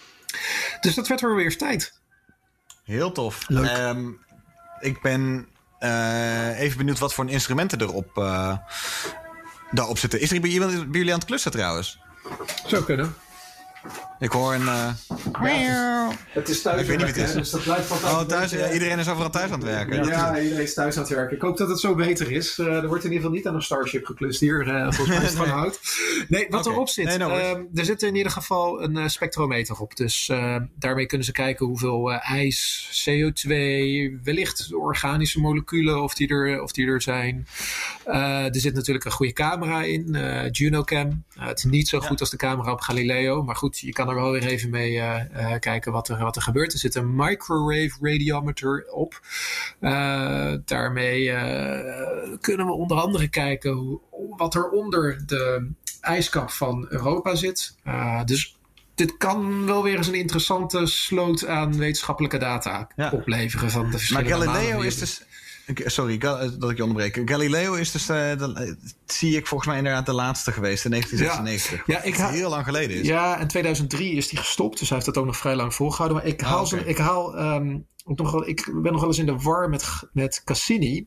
Dus dat werd wel weer eens tijd. Heel tof. Leuk. Um, ik ben uh, even benieuwd wat voor instrumenten erop uh, daarop zitten. Is er bij, iemand, bij jullie aan het klussen trouwens? Zou kunnen. Ik hoor een... Uh... Ja, het is thuis. Ik weet niet wie het is. Dus dat blijft altijd oh, thuis, ja, iedereen is overal thuis aan het werken. Ja, ja, iedereen is thuis aan het werken. Ik hoop dat het zo beter is. Uh, er wordt in ieder geval niet aan een Starship geklust hier. Uh, volgens mij is het van hout. Nee, wat okay. erop zit. Nee, no uh, er zit in ieder geval een uh, spectrometer op. Dus uh, daarmee kunnen ze kijken hoeveel uh, ijs, C O twee, wellicht organische moleculen of die er, of die er zijn. Uh, er zit natuurlijk een goede camera in. Uh, JunoCam. Uh, het is niet zo goed ja. als de camera op Galileo. Maar goed, je kan er wel weer even mee uh, uh, kijken wat er, wat er gebeurt. Er zit een microwave radiometer op. Uh, daarmee uh, kunnen we onder andere kijken hoe, wat er onder de ijskap van Europa zit. Uh, dus dit kan wel weer eens een interessante sloot aan wetenschappelijke data ja. opleveren. Van de verschillende maar Galileo is dus... Sorry dat ik je onderbreek. Galileo is dus, uh, de, zie ik volgens mij inderdaad de laatste geweest in negentien zesennegentig. Ja, ja, ik haal, heel lang geleden is. Ja, in tweeduizend drie is die gestopt. Dus hij heeft dat ook nog vrij lang volgehouden. Maar ik haal, oh, okay. zo, ik, haal um, ik, nog wel, ik ben nog wel eens in de war met, met Cassini.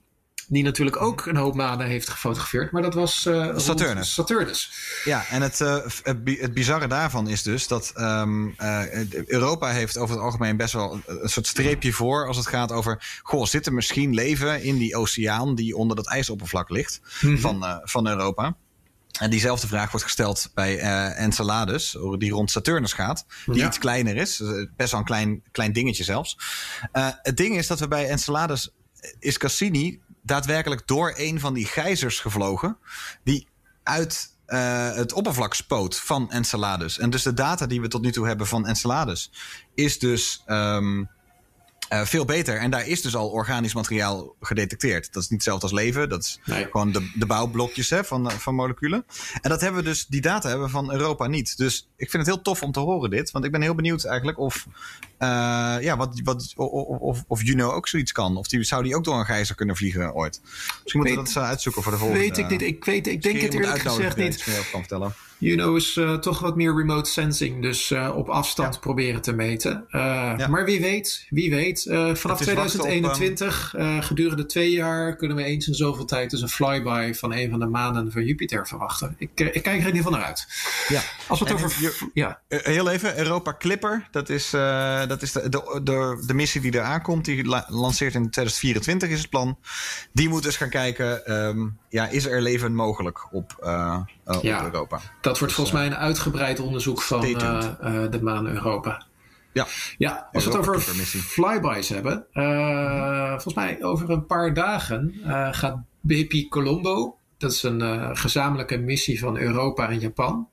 die natuurlijk ook een hoop maanden heeft gefotografeerd. Maar dat was uh, Saturnus. Saturnus. Ja, en het, uh, het bizarre daarvan is dus dat um, uh, Europa heeft over het algemeen best wel een soort streepje voor als het gaat over, goh, zit er misschien leven in die oceaan die onder dat ijsoppervlak ligt mm-hmm. van, uh, van Europa? En diezelfde vraag wordt gesteld bij uh, Enceladus, die rond Saturnus gaat. Die ja. iets kleiner is. Best wel een klein, klein dingetje zelfs. Uh, het ding is dat we bij Enceladus is Cassini daadwerkelijk door een van die gijzers gevlogen. Die uit uh, het oppervlak spoot van Enceladus. En dus de data die we tot nu toe hebben van Enceladus is dus Um, Uh, veel beter. En daar is dus al organisch materiaal gedetecteerd. Dat is niet hetzelfde als leven. Dat is nee. gewoon de, de bouwblokjes hè, van, van moleculen. En dat hebben we dus, die data hebben we van Europa niet. Dus ik vind het heel tof om te horen dit. Want ik ben heel benieuwd eigenlijk of uh, ja, wat, wat, of, of, of Juno ook zoiets kan. Of die, zou die ook door een gijzer kunnen vliegen ooit? Misschien moeten we dat eens uitzoeken voor de volgende. Weet ik niet. Ik, weet, ik denk het eerlijk gezegd niet. Kan vertellen. Juno is uh, toch wat meer remote sensing. Dus uh, op afstand ja. proberen te meten. Uh, ja. Maar wie weet, wie weet. Uh, vanaf tweeduizend eenentwintig, op, um... uh, gedurende twee jaar, kunnen we eens in zoveel tijd dus een flyby van een van de manen van Jupiter verwachten. Ik, uh, ik kijk er in ieder geval naar uit. Ja. Als we het en over. Je, ja. Heel even, Europa Clipper. Dat is, uh, dat is de, de, de, de missie die eraan komt. Die la- lanceert in tweeduizend vierentwintig is het plan. Die moet dus gaan kijken. Um, ja, is er leven mogelijk op, uh, uh, ja. op Europa? Dat wordt volgens mij een uitgebreid onderzoek van uh, uh, de maan Europa. Ja, ja als we het over flybys hebben. Uh, volgens mij over een paar dagen uh, gaat B P Colombo. Dat is een uh, gezamenlijke missie van Europa en Japan.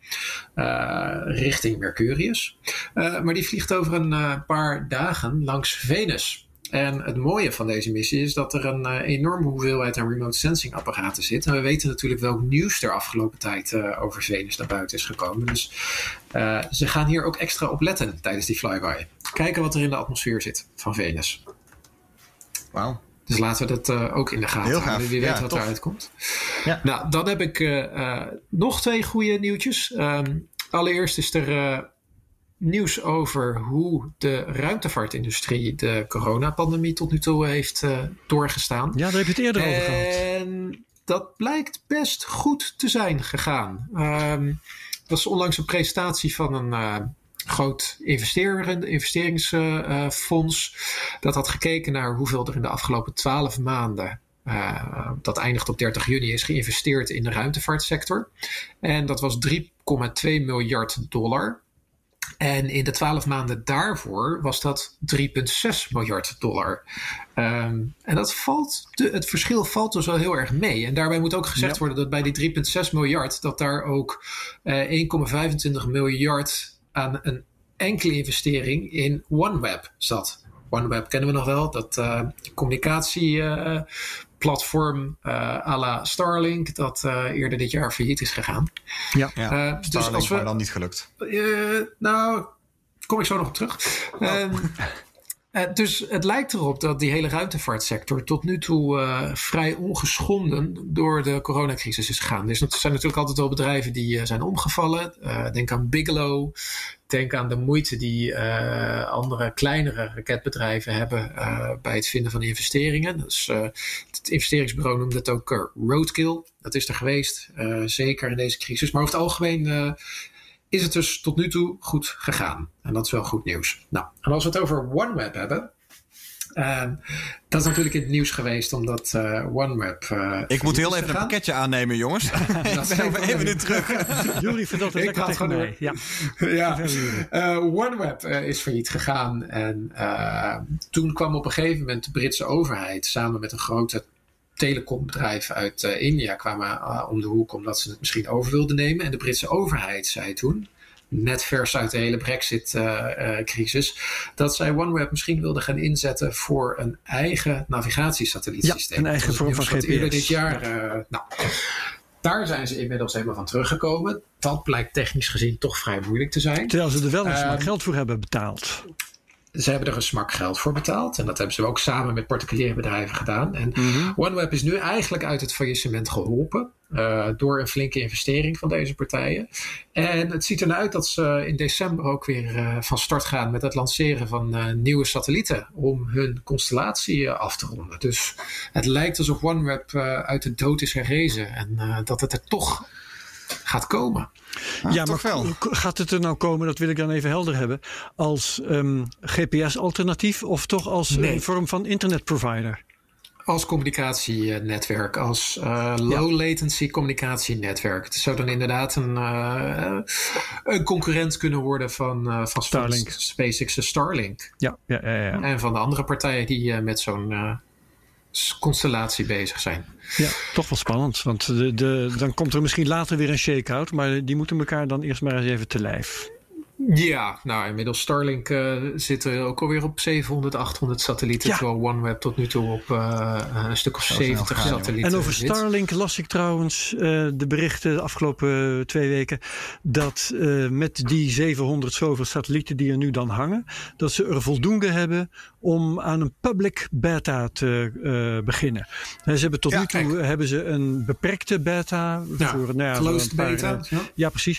Uh, richting Mercurius. Uh, maar die vliegt over een uh, paar dagen langs Venus. En het mooie van deze missie is dat er een uh, enorme hoeveelheid aan remote sensing apparaten zit. En we weten natuurlijk welk nieuws er afgelopen tijd uh, over Venus naar buiten is gekomen. Dus uh, ze gaan hier ook extra op letten tijdens die flyby. Kijken wat er in de atmosfeer zit van Venus. Wauw. Dus laten we dat uh, ook in de gaten houden. Wie weet ja, wat tof. eruit komt. Ja. Nou, dan heb ik uh, uh, nog twee goede nieuwtjes. Um, allereerst is er Uh, nieuws over hoe de ruimtevaartindustrie de coronapandemie tot nu toe heeft uh, doorgestaan. Ja, daar heb je het eerder en over gehad. En dat blijkt best goed te zijn gegaan. Um, dat was onlangs een presentatie van een uh, groot investeringsfonds. Uh, dat had gekeken naar hoeveel er in de afgelopen twaalf maanden Uh, dat eindigt op dertig juni, is geïnvesteerd in de ruimtevaartsector. En dat was drie komma twee miljard dollar. En in de twaalf maanden daarvoor was dat drie komma zes miljard dollar. Um, en dat valt, de, het verschil valt dus wel heel erg mee. En daarbij moet ook gezegd ja. worden dat bij die drie komma zes miljard, dat daar ook uh, één komma vijfentwintig miljard aan een enkele investering in OneWeb zat. OneWeb kennen we nog wel, dat uh, communicatieplatform uh, uh, à la Starlink, dat uh, eerder dit jaar failliet is gegaan. Ja, ja. Uh, dus Starlink, als we, maar dan niet gelukt. Uh, nou, kom ik zo nog op terug. Oh. Uh, Uh, dus het lijkt erop dat die hele ruimtevaartsector tot nu toe uh, vrij ongeschonden door de coronacrisis is gegaan. Dus er zijn natuurlijk altijd wel bedrijven die uh, zijn omgevallen. Uh, denk aan Bigelow. Denk aan de moeite die uh, andere kleinere raketbedrijven hebben uh, bij het vinden van investeringen. Dus, uh, het investeringsbureau noemde het ook uh, roadkill. Dat is er geweest, uh, zeker in deze crisis. Maar over het algemeen Uh, is het dus tot nu toe goed gegaan. En dat is wel goed nieuws. Nou, en als we het over OneWeb hebben. Uh, dat is natuurlijk in het nieuws geweest, omdat uh, OneWeb Uh, ik moet heel even een pakketje aannemen, jongens. Ik ben even nu terug. Jullie vertelt het lekker tegen mij. Ja. ja. Uh, OneWeb uh, is failliet gegaan. En uh, toen kwam op een gegeven moment de Britse overheid samen met een grote telecombedrijf uit uh, India kwamen uh, om de hoek omdat ze het misschien over wilden nemen. En de Britse overheid zei toen, net vers uit de hele Brexit-crisis, uh, uh, dat zij OneWeb misschien wilden gaan inzetten voor een eigen navigatiesatellietsysteem. Ja, een eigen vorm van G P S. Eerder dit jaar. Uh, nou, daar zijn ze inmiddels helemaal van teruggekomen. Dat blijkt technisch gezien toch vrij moeilijk te zijn. Terwijl ze er wel eens uh, geld voor hebben betaald. ze hebben er een smak geld voor betaald. En dat hebben ze ook samen met particuliere bedrijven gedaan. En mm-hmm. OneWeb is nu eigenlijk uit het faillissement geholpen. Uh, door een flinke investering van deze partijen. En het ziet ernaar uit dat ze in december ook weer uh, van start gaan met het lanceren van uh, nieuwe satellieten. Om hun constellatie uh, af te ronden. Dus het lijkt alsof OneWeb uh, uit de dood is herrezen. En uh, dat het er toch gaat komen. Ah, ja, maar wel. Gaat het er nou komen, dat wil ik dan even helder hebben, als um, G P S-alternatief of toch als nee. een vorm van internetprovider? Als communicatienetwerk, als uh, low ja. latency communicatienetwerk. Het zou dan inderdaad een, uh, een concurrent kunnen worden van, uh, van Starlink. SpaceX Starlink. Ja, ja, ja, ja. En van de andere partijen die uh, met zo'n uh, constellatie bezig zijn. Ja, toch wel spannend. Want de, de, dan komt er misschien later weer een shake-out. Maar die moeten elkaar dan eerst maar eens even te lijf. Ja, nou inmiddels Starlink uh, zit er ook alweer op zevenhonderd, achthonderd satellieten. Ja. Terwijl OneWeb tot nu toe op uh, een stuk of zeventig satellieten En over zit. Starlink las ik trouwens uh, de berichten de afgelopen uh, twee weken. Dat uh, met die zevenhonderd zoveel satellieten die er nu dan hangen. Dat ze er voldoende hebben om aan een public beta te uh, beginnen. En ze hebben tot ja, nu toe kijk. hebben ze een beperkte beta. Ja, voor, nou ja, closed een paar, beta. Uh, ja. ja, precies.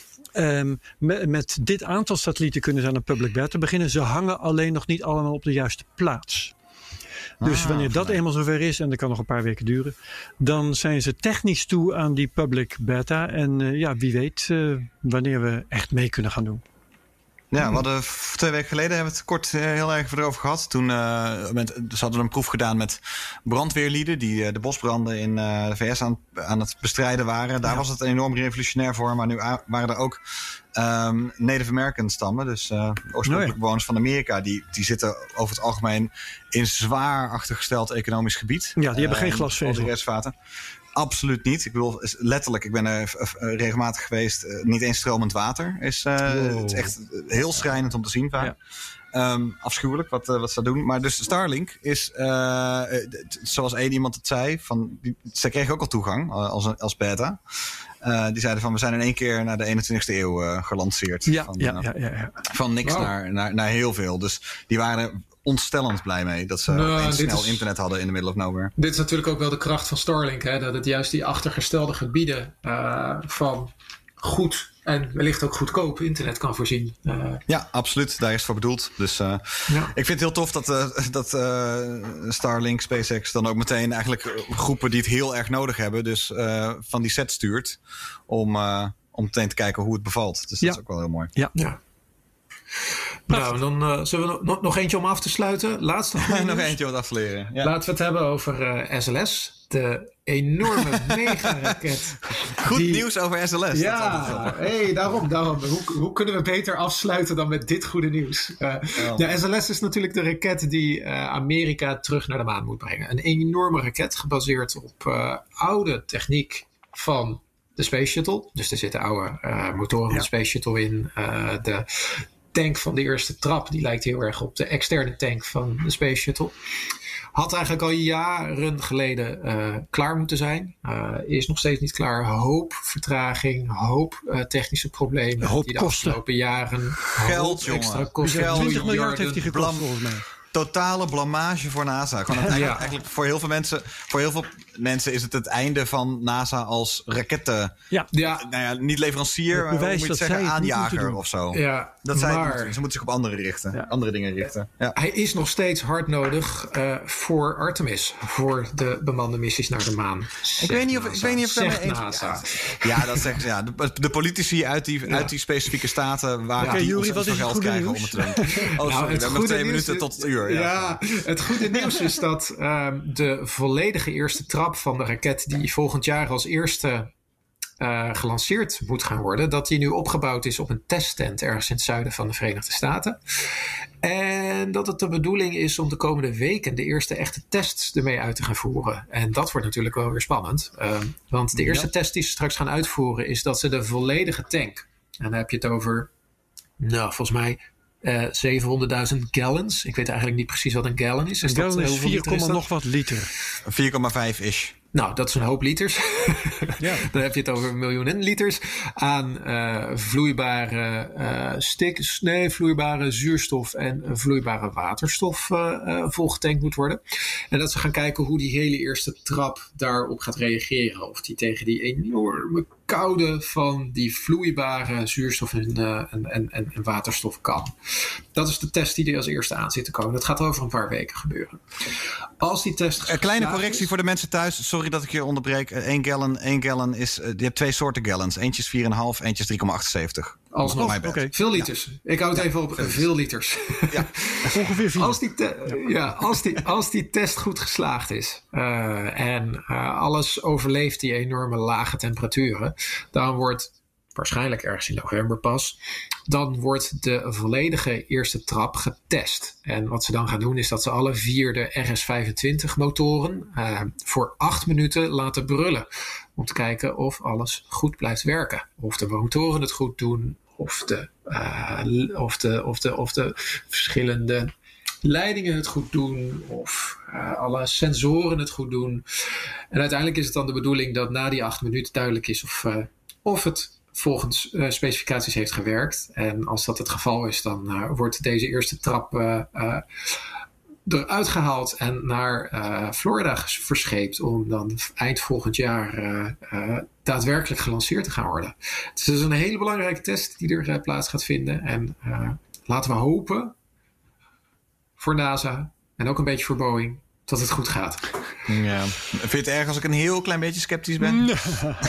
Um, met, met dit aantal satellieten kunnen ze aan een public beta beginnen. Ze hangen alleen nog niet allemaal op de juiste plaats. Dus ah, wanneer dat eenmaal zover is, en dat kan nog een paar weken duren, dan zijn ze technisch toe aan die public beta. En uh, ja, wie weet uh, wanneer we echt mee kunnen gaan doen. Ja, we hadden twee weken geleden hebben we het kort uh, heel erg erover gehad. Toen uh, met, ze hadden een proef gedaan met brandweerlieden die uh, de bosbranden in uh, de V S aan, aan het bestrijden waren. Daar ja. was het enorm revolutionair voor. Maar nu a- waren er ook um, Native American stammen, dus uh, oorspronkelijke oh ja. bewoners van Amerika, die, die zitten over het algemeen in zwaar achtergesteld economisch gebied. Ja, die hebben uh, geen glasvezel. Al die restvaten. Absoluut niet. Ik bedoel, letterlijk, ik ben er regelmatig geweest. Uh, niet eens stromend water. Is, uh, wow. Het is echt heel schrijnend om te zien vaak. Ja. Um, afschuwelijk wat, uh, wat ze doen. Maar dus Starlink is, uh, zoals één iemand het zei, van, die, zij kregen ook al toegang uh, als, als beta. Uh, die zeiden van, we zijn in één keer naar de eenentwintigste eeuw uh, gelanceerd. Ja, van, ja, uh, ja, ja, ja. van niks wow. naar, naar, naar heel veel. Dus die waren ontstellend blij mee dat ze nou, snel is, internet hadden in the middle of nowhere. Dit is natuurlijk ook wel de kracht van Starlink. Hè? Dat het juist die achtergestelde gebieden uh, van goed en wellicht ook goedkoop internet kan voorzien. Uh, ja, absoluut. Daar is het voor bedoeld. Dus uh, ja. ik vind het heel tof dat, uh, dat uh, Starlink, SpaceX dan ook meteen eigenlijk groepen die het heel erg nodig hebben, dus uh, van die set stuurt om, uh, om meteen te kijken hoe het bevalt. Dus ja. dat is ook wel heel mooi. Ja. ja. Nou, dan uh, zullen we nog, nog eentje om af te sluiten. Laatste nog eentje om af te leren. Ja. Laten we het hebben over uh, S L S. De enorme mega-raket. Goed die... nieuws over S L S. Ja, hey, daarom. daarom. Hoe, hoe kunnen we beter afsluiten dan met dit goede nieuws? Uh, ja. De S L S is natuurlijk de raket die uh, Amerika terug naar de maan moet brengen. Een enorme raket gebaseerd op uh, oude techniek van de Space Shuttle. Dus er zitten oude uh, motoren van ja. de Space Shuttle in. Uh, de tank van de eerste trap, die lijkt heel erg op de externe tank van de Space Shuttle. Had eigenlijk al jaren geleden uh, klaar moeten zijn. Uh, is nog steeds niet klaar. Hoop vertraging, hoop uh, technische problemen. Hoop die de kosten. afgelopen jaren. Geld, jongen. Extra kosten. twintig miljard heeft hij gekost volgens mij. Totale blamage voor NASA. Gewoon eigenlijk, ja. eigenlijk voor heel veel mensen, voor heel veel mensen is het het einde van NASA als raketten. Ja. Ja. Nou ja, niet leverancier, maar hoe moet je het zeggen, aanjager of zo. Ja, dat zij maar, moeten, ze moeten zich op andere richten, ja. andere dingen richten. Ja. Hij is nog steeds hard nodig uh, voor Artemis, voor de bemande missies naar de maan. Ik weet niet of ik weet niet of daarmee eens. NASA. Ja, dat zeggen ze. Ja, de, de politici uit die, ja. uit die specifieke staten waar ja. die Jury, ons veel geld krijgen om het te doen. Oh, sorry, nou, we hebben nog twee minuten is, tot het uur. Ja, ja. het goede nieuws is dat um, de volledige eerste trap van de raket die volgend jaar als eerste uh, gelanceerd moet gaan worden, dat die nu opgebouwd is op een testtent ergens in het zuiden van de Verenigde Staten. En dat het de bedoeling is om de komende weken de eerste echte tests ermee uit te gaan voeren. En dat wordt natuurlijk wel weer spannend. Um, want de eerste ja. test die ze straks gaan uitvoeren is dat ze de volledige tank, en dan heb je het over, nou volgens mij Uh, zevenhonderdduizend gallons. Ik weet eigenlijk niet precies wat een gallon is. is een gallon is vier, nog wat liter. vier komma vijf is. nou, dat is een hoop liters. Ja. Dan heb je het over miljoenen liters aan uh, vloeibare uh, stik, nee, vloeibare zuurstof en vloeibare waterstof uh, uh, volgetankt moet worden. En dat ze gaan kijken hoe die hele eerste trap daarop gaat reageren. Of die tegen die enorme koude van die vloeibare zuurstof en, uh, en, en, en waterstof kan. Dat is de test die er als eerste aan zit te komen. Dat gaat over een paar weken gebeuren. Als die test een kleine correctie is, voor de mensen thuis. Sorry dat ik je onderbreek. Eén gallon, één gallon is... Uh, je hebt twee soorten gallons. Eentje is vier komma vijf, eentje is drie komma achtenzeventig. Alsnog, oké. Okay. Veel liters. Ja. Ik hou het ja, even op veel, veel liters. Ja. Ongeveer vier. Als die, te- ja, als, die, als die test goed geslaagd is uh, en uh, alles overleeft die enorme lage temperaturen, dan wordt waarschijnlijk ergens in november pas, dan wordt de volledige eerste trap getest. En wat ze dan gaan doen is dat ze alle vier de R S vijfentwintig motoren uh, voor acht minuten laten brullen. Om te kijken of alles goed blijft werken. Of de motoren het goed doen. Of de, uh, of de, of de, of de verschillende leidingen het goed doen. Of uh, alle sensoren het goed doen. En uiteindelijk is het dan de bedoeling dat na die acht minuten duidelijk is of, uh, of het volgens uh, specificaties heeft gewerkt. En als dat het geval is, dan uh, wordt deze eerste trap uh, uh, eruit gehaald en naar uh, Florida verscheept om dan eind volgend jaar uh, uh, daadwerkelijk gelanceerd te gaan worden. Het is dus een hele belangrijke test die er uh, plaats gaat vinden. En uh, laten we hopen voor NASA en ook een beetje voor Boeing dat het goed gaat. Ja. Vind je het erg als ik een heel klein beetje sceptisch ben? Nee.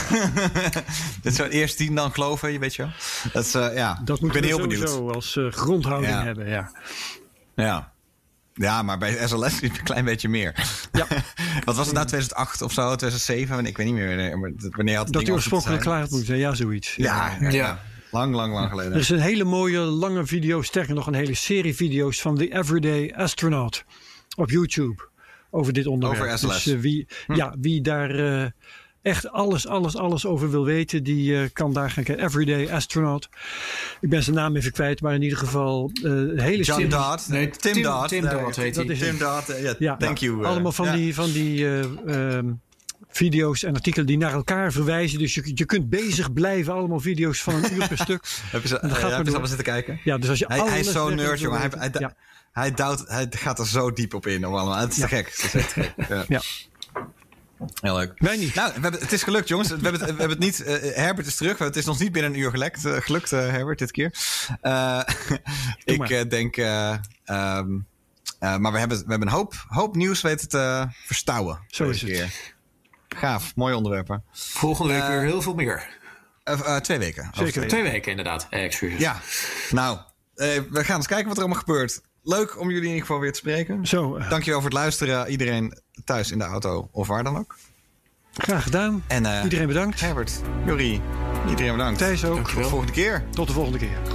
Dit zou eerst zien dan geloven, je weet je wel. Dat, is, uh, ja. dat ik ben heel benieuwd. Zo als uh, grondhouding ja. hebben, ja. Ja. Ja, maar bij S L S een klein beetje meer. Ja. Wat was het nou, tweeduizend acht of zo, tweeduizend zeven? Ik weet niet meer wanneer had het dat die oorspronkelijk klaar had moeten zijn, ja, zoiets. Ja, ja, ja. ja. Lang, lang, lang geleden. Er is een hele mooie, lange video, sterker nog een hele serie video's van The Everyday Astronaut op YouTube over dit onderwerp. Over S L S. Dus uh, wie, hm. ja, wie daar uh, echt alles, alles, alles over wil weten, die uh, kan daar gaan kijken. Everyday Astronaut. Ik ben zijn naam even kwijt, maar in ieder geval uh, de hele John serie. Dodd. Nee, Tim, Tim Dodd. Tim Dodd heet hij. Tim Dodd, uh, yeah, ja, thank you. Uh, allemaal van yeah. die, van die uh, um, video's en artikelen die naar elkaar verwijzen. Dus je, je kunt bezig blijven. Allemaal video's van een uur per stuk. Heb je ze uh, ja, allemaal zitten kijken? Ja, dus als je hij, hij is zo'n nerd, jongen. Hij, hij, ja. hij, doubt, hij gaat er zo diep op in. Allemaal. Het is ja. te gek. Het is echt gek. Ja. ja. Heel leuk. Wij niet. Nou, we hebben, het is gelukt, jongens. We hebben het, we hebben het niet. Uh, Herbert is terug. Het is nog niet binnen een uur gelekt, uh, gelukt, uh, Herbert, dit keer. Uh, ik uh, denk. Uh, um, uh, maar we hebben, we hebben een hoop, hoop nieuws weten te verstouwen. Zo is het. Keer. Gaaf, mooie onderwerpen. Volgende week uh, weer heel veel meer. Uh, uh, twee weken. Zeker, twee, twee weken inderdaad. Eh, excuses. Ja, nou, uh, we gaan eens kijken wat er allemaal gebeurt. Leuk om jullie in ieder geval weer te spreken. Zo, uh, Dankjewel voor het luisteren. Iedereen thuis in de auto of waar dan ook. Graag gedaan. En, uh, iedereen bedankt. Herbert, Jorrie, iedereen bedankt. Thijs ook. Tot de volgende keer. Tot de volgende keer.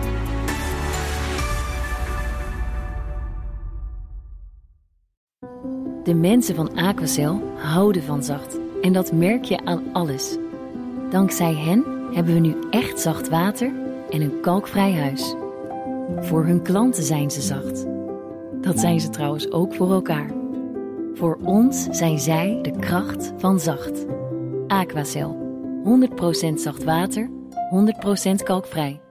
De mensen van Aquacel houden van zacht. En dat merk je aan alles. Dankzij hen hebben we nu echt zacht water en een kalkvrij huis. Voor hun klanten zijn ze zacht. Dat zijn ze trouwens ook voor elkaar. Voor ons zijn zij de kracht van zacht. Aquacel. honderd procent zacht water, honderd procent kalkvrij.